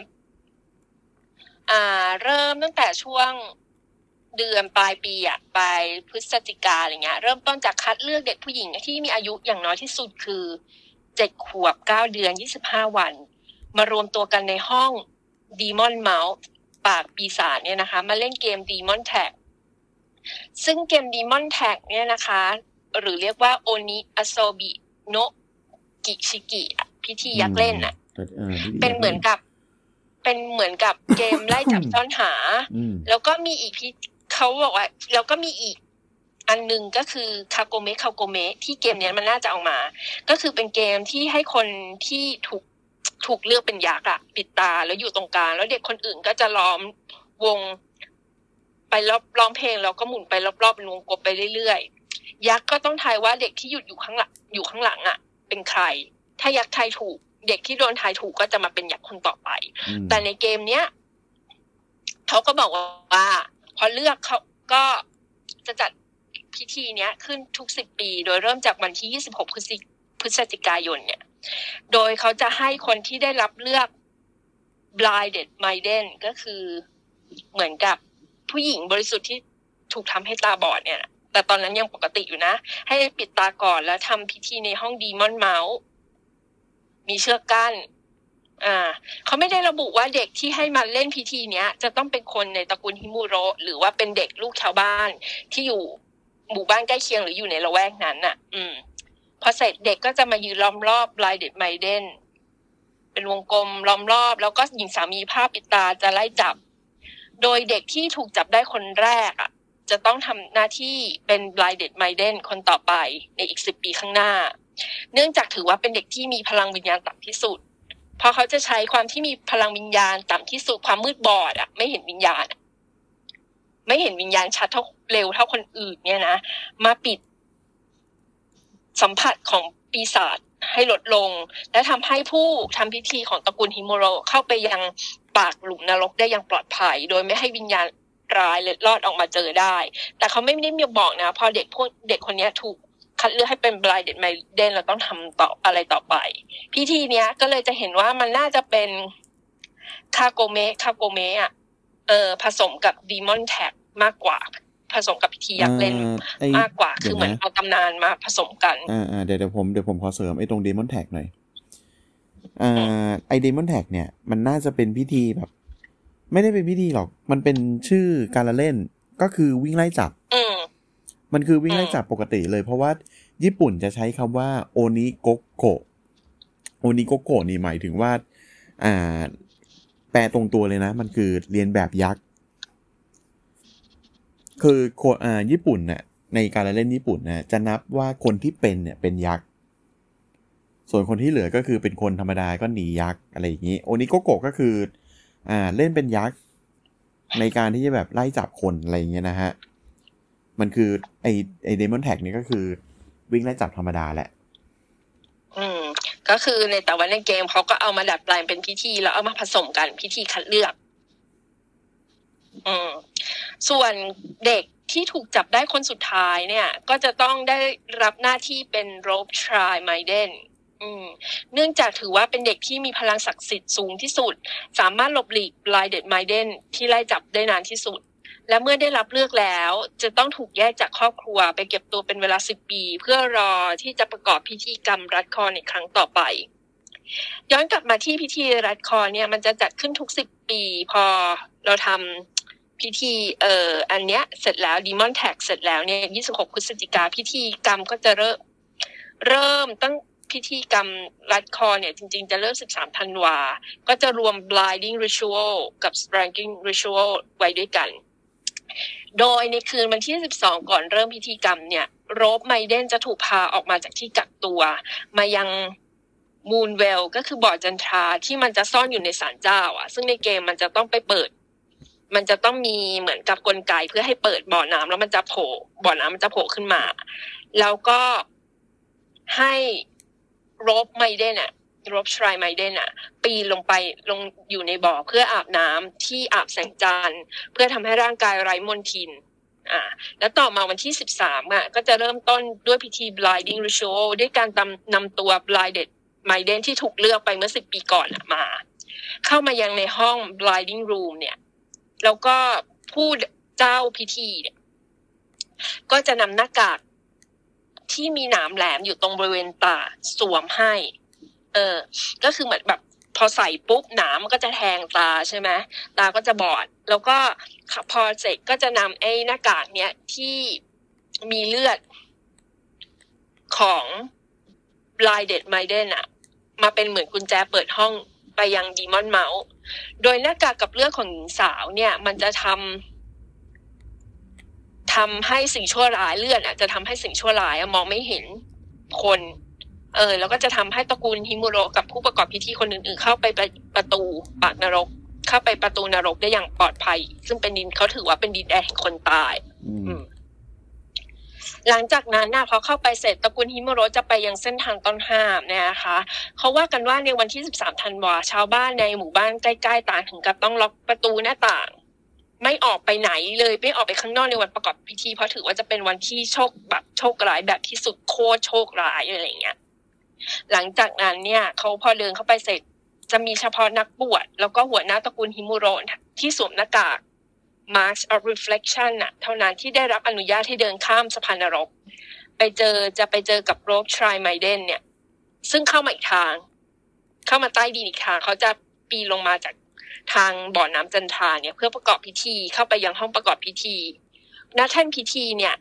เริ่มตั้งแต่ช่วงเดือนปลายปีปลายพฤศจิกาอะไรเงี้ยเริ่มต้นจากคัดเลือกเด็กผู้หญิงที่มีอายุอย่างน้อยที่สุดคือ7 ขวบ 9 เดือน 25 วันมารวมตัวกันในห้อง Demon Mouth ปากปีศาจเนี่ยนะคะมาเล่นเกม Demon Tag ซึ่งเกม Demon Tag เนี่ยนะคะหรือเรียกว่า Oni Asobi no Kishiki พิธียักษ์เล่นเป็นเหมือนกับเกมไล่จับซ่อนหาแล้วก็มีอีกเขาบอกว่าแล้วก็มีอีกอันนึงก็คือคาโกเมะที่เกมนี้มันน่าจะออกมาก็คือเป็นเกมที่ให้คนที่ถูกเลือกเป็นยักษ์ปิดตาแล้วอยู่ตรงกลางแล้วเด็กคนอื่นก็จะล้อมวงไปร้องเพลงแล้วก็หมุนไปรอบๆเป็นวงกลมไปเรื่อยๆยักษ์ก็ต้องทายว่าเด็กที่อยู่ข้างหลังเป็นใครถ้ายักษ์ทายถูกเด็กที่โดนทายถูกก็จะมาเป็นยักษ์คนต่อไปแต่ในเกมเนี้ยเขาก็บอกว่าพอเลือกเขาก็จะจัดพิธีเนี้ยขึ้นทุก10 ปีโดยเริ่มจากวันที่26 พฤศจิกายนเนี่ยโดยเขาจะให้คนที่ได้รับเลือก blinded maiden ก็คือเหมือนกับผู้หญิงบริสุทธิ์ที่ถูกทำให้ตาบอดเนี่ยแต่ตอนนั้นยังปกติอยู่นะให้ปิดตาก่อนแล้วทำพิธีในห้อง Demon Mouth มีเชือกกั้นเขาไม่ได้ระบุว่าเด็กที่ให้มาเล่นพิธีเนี้ยจะต้องเป็นคนในตระกูลฮิมูโระหรือว่าเป็นเด็กลูกชาวบ้านที่อยู่หมู่บ้านใกล้เคียงหรืออยู่ในละแวกนั้นพอเสร็จเด็กก็จะมายืนล้อมรอบ Blinded Maiden เป็นวงกลมล้อมรอบแล้วก็หญิงสามีผ้าปิดตาจะไล่จับโดยเด็กที่ถูกจับได้คนแรกจะต้องทำหน้าที่เป็น Blinded Maiden คนต่อไปในอีก10 ปีข้างหน้าเนื่องจากถือว่าเป็นเด็กที่มีพลังวิญญาณต่ำที่สุดเพราะเขาจะใช้ความที่มีพลังวิญญาณต่ำที่สุดความมืดบอดไม่เห็นวิญญาณชัดเท่าเร็วเท่าคนอื่นเนี่ยนะมาปิดสัมผัสของปีศาจให้ลดลงและทำให้ผู้ทำพิธีของตระกูลฮิโมโระเข้าไปยังปากหลุมนรกได้อย่างปลอดภัยโดยไม่ให้วิญญาณร้ายเล็ดลอดออกมาเจอได้แต่เขาไม่ได้มีบอกนะพอเด็กคนนี้ถูกคัดเลือกให้เป็น Blinded Maiden เราต้องทำต่ออะไรต่อไปพิธีเนี้ยก็เลยจะเห็นว่ามันน่าจะเป็นคาโกเมะผสมกับ Demon Tag มากกว่าผสมกับพิธียักษ์เล่นมากกว่าคือเหมือนเอาตำนานมาผสมกันเดี๋ยวผมขอเสริมไอ้ตรง Demon Tag หน่อยไอ้ Demon Tag เนี่ยมันน่าจะเป็นพิธีแบบไม่ได้เป็นพิธีหรอกมันเป็นชื่อการละเล่นก็คือวิ่งไล่จับมันคือวิ่งไล่จับปกติเลยเพราะว่าญี่ปุ่นจะใช้คำว่าโอนิโกโกะนี่หมายถึงว่าแปลตรงตัวเลยนะมันคือเรียนแบบยักษ์คือญี่ปุ่นน่ะในการเล่นญี่ปุ่นนะจะนับว่าคนที่เป็นเนี่ยเป็นยักษ์ส่วนคนที่เหลือก็คือเป็นคนธรรมดาก็หนียักษ์อะไรอย่างนี้โอนิโกโกะก็คือเล่นเป็นยักษ์ในการที่จะแบบไล่จับคนอะไรอย่างเงี้ยนะฮะมันคือไอ้ Demon Tag นี่ก็คือวิ่งไล่จับธรรมดาแหละก็คือแต่ว่าในเกมเขาก็เอามาดัดแปลงเป็นพิธีแล้วเอามาผสมกันพิธีคัดเลือกส่วนเด็กที่ถูกจับได้คนสุดท้ายเนี่ยก็จะต้องได้รับหน้าที่เป็น Rope Trial Maiden เนื่องจากถือว่าเป็นเด็กที่มีพลังศักดิ์สิทธิ์สูงที่สุดสามารถหลบหลีก Blinded Maiden ที่ไล่จับได้นานที่สุดและเมื่อได้รับเลือกแล้วจะต้องถูกแยกจากครอบครัวไปเก็บตัวเป็นเวลา10 ปีเพื่อรอที่จะประกอบพิธีกรรมรัดคอในครั้งต่อไปย้อนกลับมาที่พิธีรัดคอเนี่ยมันจะจัดขึ้นทุก10 ปีพอเราทำพิธีอันเนี้ยเสร็จแล้ว Demon Tag เสร็จแล้วเนี่ย26 พฤศจิกาพิธีกรรมก็จะเริ่มตั้งพิธีกรรมรัดคอเนี่ยจริงๆจะเริ่ม13 ธันวาก็จะรวม Blinding Ritual กับ Spanking Ritual ไว้ด้วยกันโดยในคืนวันที่12ก่อนเริ่มพิธีกรรมเนี่ยโรบไมเดนจะถูกพาออกมาจากที่กักตัวมายังมูนเวลก็คือบ่อจันทราที่มันจะซ่อนอยู่ในศาลเจ้าซึ่งในเกมมันจะต้องไปเปิดมันจะต้องมีเหมือนกับกลไกเพื่อให้เปิดบ่อน้ำแล้วมันจะโผล่บ่อน้ำมันจะโผล่ขึ้นมาแล้วก็ให้โรบไมเดนโรบทรายไมเดนปีนลงอยู่ในบ่อเพื่ออาบน้ำที่อาบแสงจันทร์เพื่อทำให้ร่างกายไร้มลทินแล้วต่อมาวันที่13ก็จะเริ่มต้นด้วยพิธี blinding ritual ด้วยการนำตัว blinded maiden ที่ถูกเลือกไปเมื่อ10 ปีก่อนมาเข้ามายังในห้อง blinding room เนี่ยแล้วก็ผู้เจ้าพิธีเนี่ยก็จะนำหน้ากากที่มีหนามแหลมอยู่ตรงบริเวณตาสวมให้ก็คือเหมือนแบบพอใส่ปุ๊บหนามมันก็จะแทงตาใช่ไหมตาก็จะบอดแล้วก็พอเสร็จก็จะนำไอ้หน้ากากเนี้ยที่มีเลือดของ Blinded Maiden มาเป็นเหมือนกุญแจเปิดห้องไปยัง Demon Mouth โดยหน้ากากกับเลือดของหญิงสาวเนี่ยมันจะทำให้สิ่งชั่วร้ายเลือดจะทำให้สิ่งชั่วร้ายมองไม่เห็นคนแล้วก็จะทำให้ตระกูลฮิมุโระกับผู้ประกอบพิธีคนอื่นๆเข้าไปประตูปากนรกเข้าไปประตูนรกได้อย่างปลอดภัยซึ่งเป็นดินเขาถือว่าเป็นดินแดนแห่งคนตายหลังจากนั้นพอเข้าไปเสร็จตระกูลฮิมุโระจะไปยังเส้นทางต้นห้ามนะคะเขาว่ากันว่าในวันที่13 ธันวาชาวบ้านในหมู่บ้านใกล้ๆต่างถึงกับต้องล็อกประตูหน้าต่างไม่ออกไปไหนเลยไม่ออกไปข้างนอกในวันประกอบพิธีเพราะถือว่าจะเป็นวันที่โชคร้ายแบบที่สุดโคตรโชคร้ายอะไรอย่างเงี้ยหลังจากนั้นเนี่ยเขาพอเดินเข้าไปเสร็จจะมีเฉพาะนักบวชแล้วก็หัวหน้าตระกูลฮิมุโระที่สวมหน้ากาก Mask of Reflection เท่านั้นที่ได้รับอนุญาตให้เดินข้ามสะพานนรกจะไปเจอกับโรบทรายไมเดนเนี่ยซึ่งเข้ามาอีกทางเข้ามาใต้ดินอีกทางเขาจะปีนลงมาจากทางบ่อน้ำจันทราเนี่ยเพื่อประกอบพิธีเข้าไปยังห้องประกอบพิธีณแท่นพิธีเนี่ย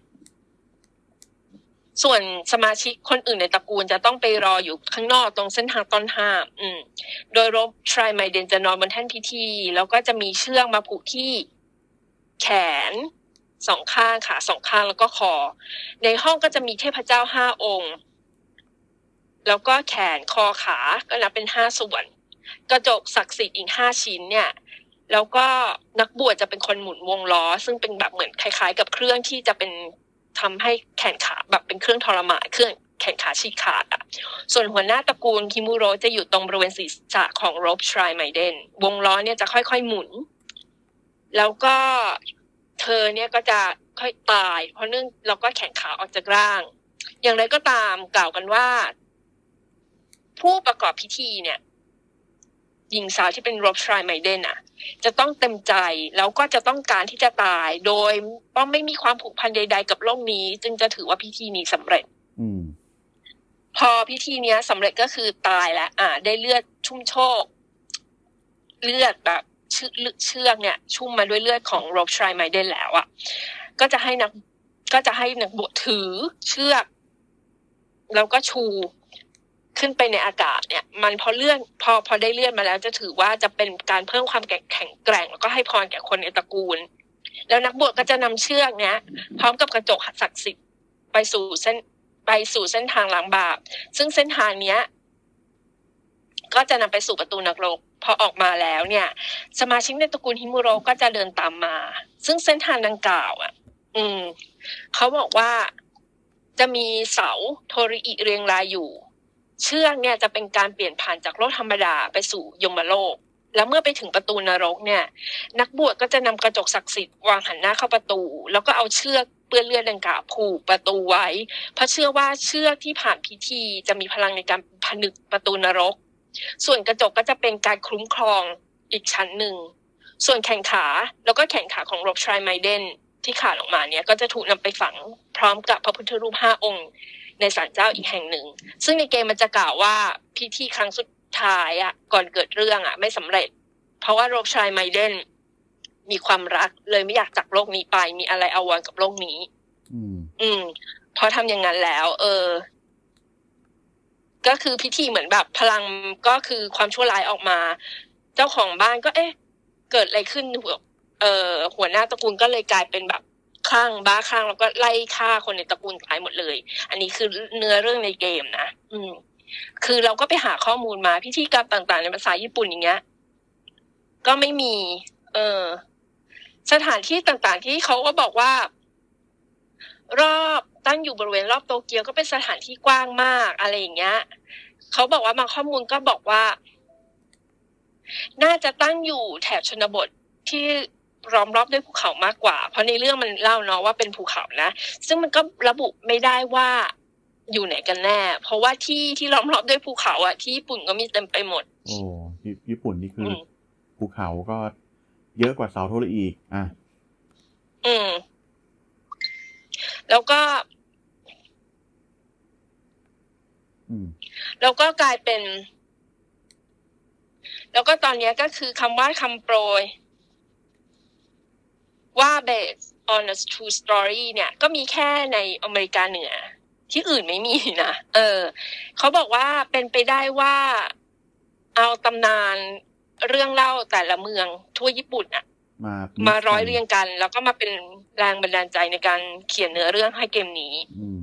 ส่วนสมาชิกคนอื่นในตระกูลจะต้องไปรออยู่ข้างนอกตรงเส้นทางต้นห้ามโดยโรบทรายไมเดนจะนอนบนแท่นพิธีแล้วก็จะมีเชือกมาผูกที่แขน2 ข้างขา2 ข้างแล้วก็คอในห้องก็จะมีเทพเจ้า5 องค์แล้วก็แขนคอขาก็นับเป็น5 ส่วนกระจกศักดิ์สิทธิ์อีก5 ชิ้นเนี่ยแล้วก็นักบวชจะเป็นคนหมุนวงล้อซึ่งเป็นแบบเหมือนคล้ายๆกับเครื่องที่จะเป็นทำให้แขนขาแบบเป็นเครื่องทรมานเครื่องแขนขาฉีกขาดส่วนหัวหน้าตระกูลคิมุโระจะอยู่ตรงบริเวณศีรษะของโรบทรายไมเดนวงล้อเนี่ยจะค่อยๆหมุนแล้วก็เธอเนี่ยก็จะค่อยตายเพราะเนื่องแล้วก็แขนขาออกจากร่างอย่างไรก็ตามกล่าวกันว่าผู้ประกอบพิธีเนี่ยหญิงสาวที่เป็นโรบทรายไมเดนจะต้องเต็มใจแล้วก็จะต้องการที่จะตายโดยต้องไม่มีความผูกพันใดๆกับโลกนี้จึงจะถือว่าพิธีนี้สำเร็จพอพิธีนี้สำเร็จก็คือตายแล้วได้เลือดชุ่มโชกเลือดแบบเชือกเนี่ยชุ่มมาด้วยเลือดของโรบทรายไมเดนแล้วก็จะให้นักบวชถือเชือกแล้วก็ชูขึ้นไปในอากาศเนี่ยมันพอได้เลื่อนมาแล้วจะถือว่าจะเป็นการเพิ่มความแข็งแกร่งแล้วก็ให้พรแก่คนในตระกูลแล้วนักบวชก็จะนำเชือกเนี้ยพร้อมกับกระจกศักดิ์สิทธิ์ไปสู่เส้นทางล้างบาปซึ่งเส้นทางเนี้ยก็จะนำไปสู่ประตูนรกพอออกมาแล้วเนี่ยสมาชิกในตระกูลฮิมุโระก็จะเดินตามมาซึ่งเส้นทางดังกล่าวเขาบอกว่าจะมีเสาโทริอิเรียงรายอยู่เชือกเนี่ยจะเป็นการเปลี่ยนผ่านจากโลกธรรมดาไปสู่ยมโลกแล้วเมื่อไปถึงประตูนรกเนี่ยนักบวชก็จะนำกระจกศักดิ์สิทธิ์วางหันหน้าเข้าประตูแล้วก็เอาเชือกเปื้อนเลือดดังกล่าวผูกประตูไว้เพราะเชื่อว่าเชือกที่ผ่านพิธีจะมีพลังในการผนึกประตูนรกส่วนกระจกก็จะเป็นการคุ้มครองอีกชั้นหนึ่งส่วนแขนขาแล้วก็แขนขาของโรบชายไมเดนที่ขาดออกมาเนี่ยก็จะถูกนำไปฝังพร้อมกับพระพุทธรูป5 องค์ในศาลเจ้าอีกแห่งหนึ่งซึ่งในเกมมันจะกล่าวว่าพิธีครั้งสุดท้ายอ่ะก่อนเกิดเรื่องอ่ะไม่สำเร็จเพราะว่าโรบชายไมเดนมีความรักเลยไม่อยากจากโลกนี้ไปมีอะไรอาวรณ์กับโลกนี้พอทำอย่างนั้นแล้วก็คือพิธีเหมือนแบบพลังก็คือความชั่วร้ายออกมาเจ้าของบ้านก็เกิดอะไรขึ้นหัวหน้าตระกูลก็เลยกลายเป็นแบบคลั่งบ้าคลั่งแล้วก็ไล่ฆ่าคนในตระกูลตายหมดเลยอันนี้คือเนื้อเรื่องในเกมนะคือเราก็ไปหาข้อมูลมาพิธีกรรมต่างๆในภาษาญี่ปุ่นอย่างเงี้ยก็ไม่มีสถานที่ต่างๆที่เขาก็บอกว่ารอบตั้งอยู่บริเวณรอบโตเกียวก็เป็นสถานที่กว้างมากอะไรอย่างเงี้ยเขาบอกว่าบางข้อมูลก็บอกว่าน่าจะตั้งอยู่แถบชนบทที่ล้อมรอบด้วยภูเขามากกว่าเพราะในเรื่องมันเล่าเนาะว่าเป็นภูเขานะซึ่งมันก็ระบุไม่ได้ว่าอยู่ไหนกันแน่เพราะว่าที่ล้อมรอบด้วยภูเขาอ่ะที่ญี่ปุ่นก็มีเต็มไปหมดโอ้ญี่ปุ่นนี่คือภูเขาก็เยอะกว่าเซาท์โทรอีกแล้วก็กลายเป็นแล้วก็ตอนนี้ก็คือคำว่าคำโปรยว่า based on a true story เนี่ยก็มีแค่ในอเมริกาเหนือที่อื่นไม่มีนะเขาบอกว่าเป็นไปได้ว่าเอาตำนานเรื่องเล่าแต่ละเมืองทั่วญี่ปุ่นอ่ะมาร้อยเรียงกันแล้วก็มาเป็นแรงบันดาลใจในการเขียนเนื้อเรื่องให้เกมนี้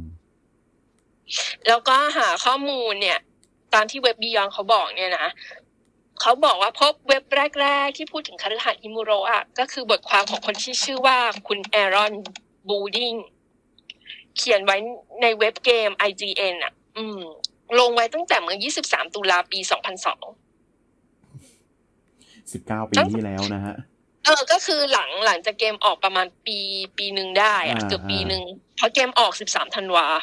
แล้วก็หาข้อมูลเนี่ยตามที่เว็บบียอนเขาบอกเนี่ยนะเขาบอกว่าพบเว็บแรกๆที่พูดถึงคฤหาสน์ฮิมุโระอ่ะก็คือบทความของคนที่ชื่อว่าคุณแอรอนบูดิงเขียนไว้ในเว็บเกม IGN อ่ะลงไว้ตั้งแต่เมื่อ23 ตุลาปี 2002 19 ปีที่แล้วนะฮะก็คือหลังจากเกมออกประมาณปีนึงได้อ่ะเกือบปีนึงเพราะเกมออก13 ธันวา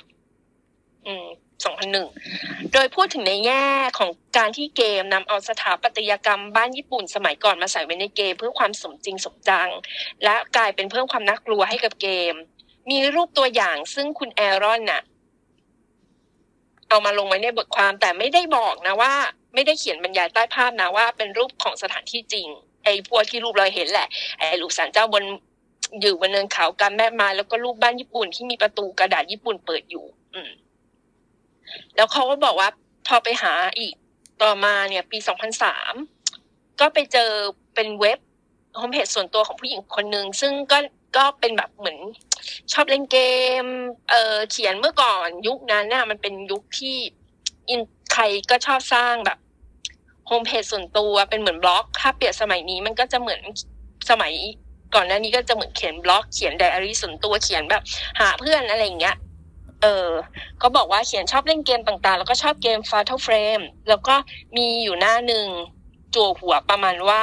2001โดยพูดถึงในแง่ของการที่เกมนำเอาสถาปัตยกรรมบ้านญี่ปุ่นสมัยก่อนมาใส่ไว้ในเกมเพื่อความสมจริงสมจังและกลายเป็นเพิ่มความน่ากลัวให้กับเกมมีรูปตัวอย่างซึ่งคุณแอรอนน่ะเอามาลงไว้ในบทความแต่ไม่ได้บอกนะว่าไม่ได้เขียนบรรยายใต้ภาพนะว่าเป็นรูปของสถานที่จริงไอ้พวกที่รูปเราเห็นแหละไอ้รูปศาลเจ้าอยู่บนเนินเขากำแม่ไม้แล้วก็รูปบ้านญี่ปุ่นที่มีประตูกระดาษญี่ปุ่นเปิดอยู่แล้วเขาก็บอกว่าพอไปหาอีกต่อมาเนี่ยปี2003ก็ไปเจอเป็นเว็บโฮมเพจส่วนตัวของผู้หญิงคนนึงซึ่งก็เป็นแบบเหมือนชอบเล่นเกมเขียนเมื่อก่อนยุคนั้นน่ะมันเป็นยุคที่ใครก็ชอบสร้างแบบโฮมเพจส่วนตัวเป็นเหมือนบล็อกถ้าเปรียบสมัยนี้มันก็จะเหมือนสมัยก่อนหน้านี้ก็จะเหมือนเขียนบล็อกเขียนไดอารี่ส่วนตัวเขียนแบบหาเพื่อนอะไรอย่างเงี้ยก็บอกว่าเขียนชอบเล่นเกมต่างๆแล้วก็ชอบเกม Fatal Frame แล้วก็มีอยู่หน้านึงจั่วหัวประมาณว่า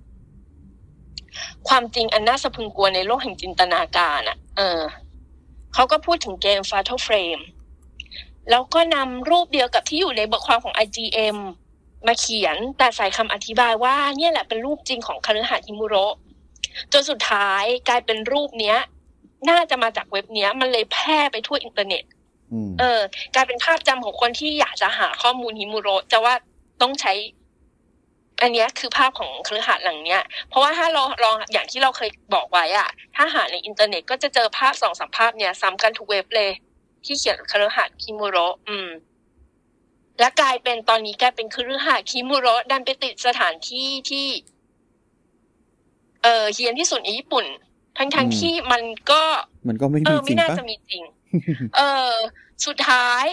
ความจริงอันน่าสะพรึงกลัวในโลกแห่งจินตนาการอ่ะเขาก็พูดถึงเกม Fatal Frame แล้วก็นำรูปเดียวกับที่อยู่ในบทความของ IGM มาเขียนแต่ใส่คำอธิบายว่าเนี่ยแหละเป็นรูปจริงของคฤหาสน์ฮิมุโระจนสุดท้ายกลายเป็นรูปเนี้ยน่าจะมาจากเว็บเนี้ยมันเลยแพร่ไปทั่วอินเทอร์เน็ตกลายเป็นภาพจำของคนที่อยากจะหาข้อมูลฮิมุโระจะว่าต้องใช้อันนี้คือภาพของคฤหาสน์หลังเนี้ยเพราะว่าถ้าเราลองอย่างที่เราเคยบอกไว้อ่ะถ้าหาในอินเทอร์เน็ตก็จะเจอภาพ 2-3 ภาพเนี่ยซ้ำกันทุกเว็บเลยที่เขียนคฤหาสน์ฮิมุโระและกลายเป็นตอนนี้กลายเป็นคฤหาสน์ฮิมุโระดันไปติดสถานที่ที่เฮี้ยนที่สุดในญี่ปุ่นทั้งที่มันก็ไม่มีจริงไม่น่าจะมีจริงสุดท้าย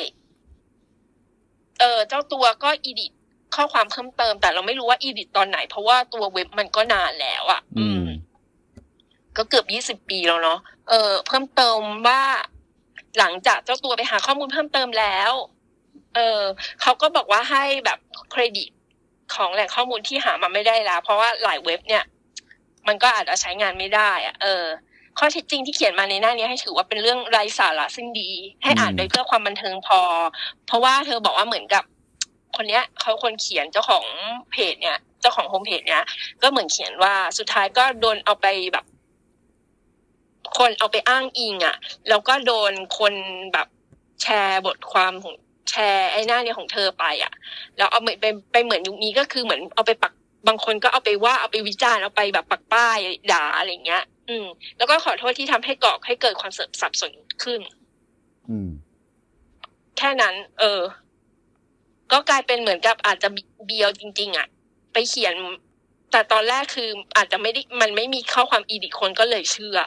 เจ้าตัวก็อีดิทข้อความเพิ่มเติมแต่เราไม่รู้ว่าอีดิทตอนไหนเพราะว่าตัวเว็บมันก็นานแล้วอ่ะก็เกือบ20 ปีแล้วเนาะเพิ่มเติมว่าหลังจากเจ้าตัวไปหาข้อมูลเพิ่มเติมแล้วเขาก็บอกว่าให้แบบเครดิตของแหล่งข้อมูลที่หามาไม่ได้แล้วเพราะว่าหลายเว็บเนี่ยมันก็อาจจะใช้งานไม่ได้อะข้อเท็จจริงที่เขียนมาในหน้านี้ให้ถือว่าเป็นเรื่องไร้สาระซึ่งดีให้อ่านไปเพื่อความบันเทิงพอเพราะว่าเธอบอกว่าเหมือนกับคนเนี้ยเขาคนเขียนเจ้าของเพจเนี่ยเจ้าของโฮมเพจเนี่ยก็เหมือนเขียนว่าสุดท้ายก็โดนเอาไปแบบคนเอาไปอ้างอิงอ่ะแล้วก็โดนคนแบบแชร์บทความของแชร์ไอ้หน้าเนี่ยของเธอไปอ่ะแล้วเอาไปเหมือนยุคนี้ก็คือเหมือนเอาไปปักบางคนก็เอาไปว่าเอาไปวิจารณ์เอาไปแบบปักป้ายด่าอะไรเงี้ยแล้วก็ขอโทษที่ทำให้ให้เกิดความสับสนขึ้นแค่นั้นก็กลายเป็นเหมือนกับอาจจะเบียวจริงๆอ่ะไปเขียนแต่ตอนแรกคืออาจจะไม่ได้มันไม่มีข้อความอีดิคนก็เลยเชื่อ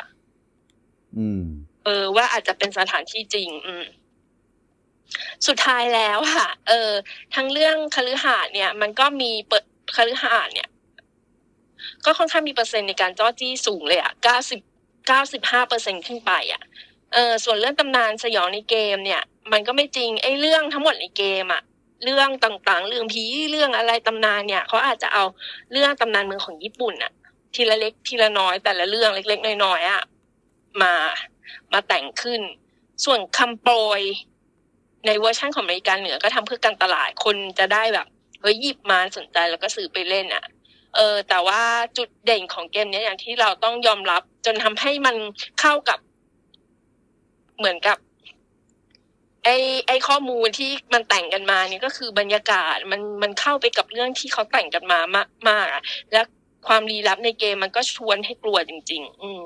ว่าอาจจะเป็นสถานที่จริงสุดท้ายแล้วค่ะทั้งเรื่องคฤหาสน์เนี่ยมันก็มีคฤหาสน์เนี่ยก็ค่อนข้างมีเปอร์เซ็นต์ในการจ้อจี้สูงเลยอ่ะ95%ขึ้นไปอ่ะส่วนเรื่องตำนานสยองในเกมเนี่ยมันก็ไม่จริงไอ้เรื่องทั้งหมดในเกมอ่ะเรื่องต่างๆเรื่องผีเรื่องอะไรตำนานเนี่ยเขาอาจจะเอาเรื่องตำนานเมืองของญี่ปุ่นอ่ะทีละเล็กทีละน้อยแต่ละเรื่องเล็กๆน้อยๆอ่ะมาแต่งขึ้นส่วนคำโปรยในเวอร์ชันของอเมริกาเหนือก็ทำเพื่อการตลาดคนจะได้แบบหยิบมาสนใจแล้วก็ซื้อไปเล่นอ่ะแต่ว่าจุดเด่นของเกมนี้อย่างที่เราต้องยอมรับจนทำให้มันเข้ากับเหมือนกับไอ้ข้อมูลที่มันแต่งกันมานี่ก็คือบรรยากาศมันเข้าไปกับเรื่องที่เขาแต่งกันมามากอ่ะและความลี้ลับในเกมมันก็ชวนให้กลัวจริง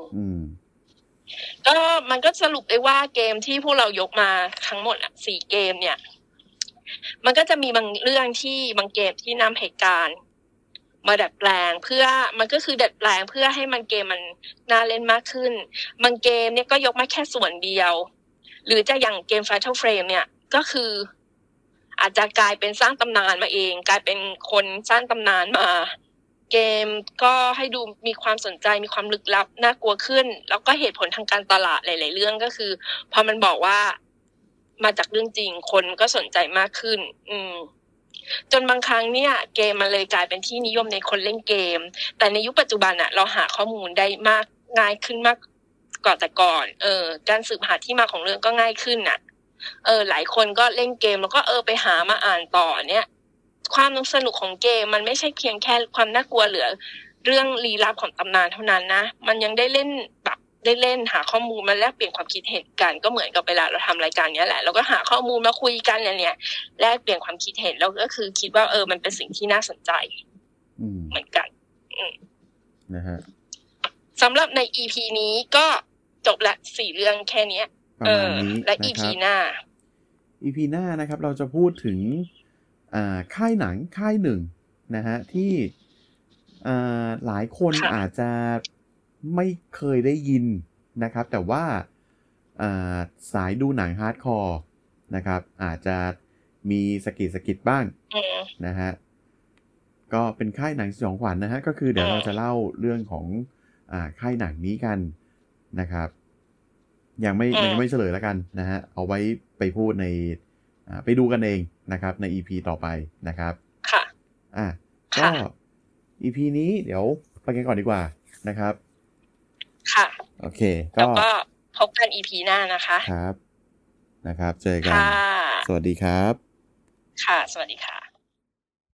ๆก็มันก็สรุปได้ว่าเกมที่พวกเรายกมาทั้งหมดอ่ะ4เกมเนี่ยมันก็จะมีบางเรื่องที่บางเกมที่นำเหตุการณ์มาดัดแปลงเพื่อมันก็คือดัดแปลงเพื่อให้มันเกมมันน่าเล่นมากขึ้นบางเกมเนี่ยก็ยกมาแค่ส่วนเดียวหรือจะอย่างเกม Fatal Frame เนี่ยก็คืออาจจะกลายเป็นสร้างตำนานมาเองกลายเป็นคนสร้างตำนานมาเกมก็ให้ดูมีความสนใจมีความลึกลับน่ากลัวขึ้นแล้วก็เหตุผลทางการตลาดหลายๆเรื่องก็คือพอมันบอกว่ามาจากเรื่องจริงคนก็สนใจมากขึ้นจนบางครั้งเนี่ยเกมมันเลยกลายเป็นที่นิยมในคนเล่นเกมแต่ในยุคปัจจุบันเราหาข้อมูลได้มากง่ายขึ้นมากกว่าแต่ก่อนการสืบหาที่มาของเรื่องก็ง่ายขึ้นหลายคนก็เล่นเกมแล้วก็ไปหามาอ่านต่อเนี่ยความสนุกของเกมมันไม่ใช่เพียงแค่ความน่ากลัวหรือเรื่องลี้ลับของตำนานเท่านั้นนะมันยังได้เล่นแบบได้เล่นหาข้อมูลมาแลกเปลี่ยนความคิดเห็นกันก็เหมือนกับเวลาเราทำรายการนี้แหละเราก็หาข้อมูลมาคุยกันเนี่ยแลกเปลี่ยนความคิดเห็นแล้วก็คือคิดว่ามันเป็นสิ่งที่น่าสนใจเหมือนกันนะฮะสำหรับใน EP นี้ก็จบละ4เรื่องแค่นี้ประมาณนี้และ EP หน้า EP หน้านะครับเราจะพูดถึงค่ายหนังค่ายหนึ่งนะฮะที่หลายคนอาจจะไม่เคยได้ยินนะครับแต่ว่าสายดูหนังฮาร์ดคอร์นะครับอาจจะมีสกิดบ้างนะฮะก็เป็นค่ายหนังสยองขวัญนะฮะก็คือเดี๋ยวเราจะเล่าเรื่องของค่ายหนังนี้กันนะครับยังไม่เฉลยแล้วกันนะฮะเอาไว้ไปพูดในไปดูกันเองนะครับใน EP ต่อไปนะครับค่ะก็ EP นี้เดี๋ยวไปกันก่อนดีกว่านะครับค่ะโอเคแล้วก็พบกัน EP หน้านะคะครับนะครับเจอกันสวัสดีครับค่ะสวัสดีค่ะ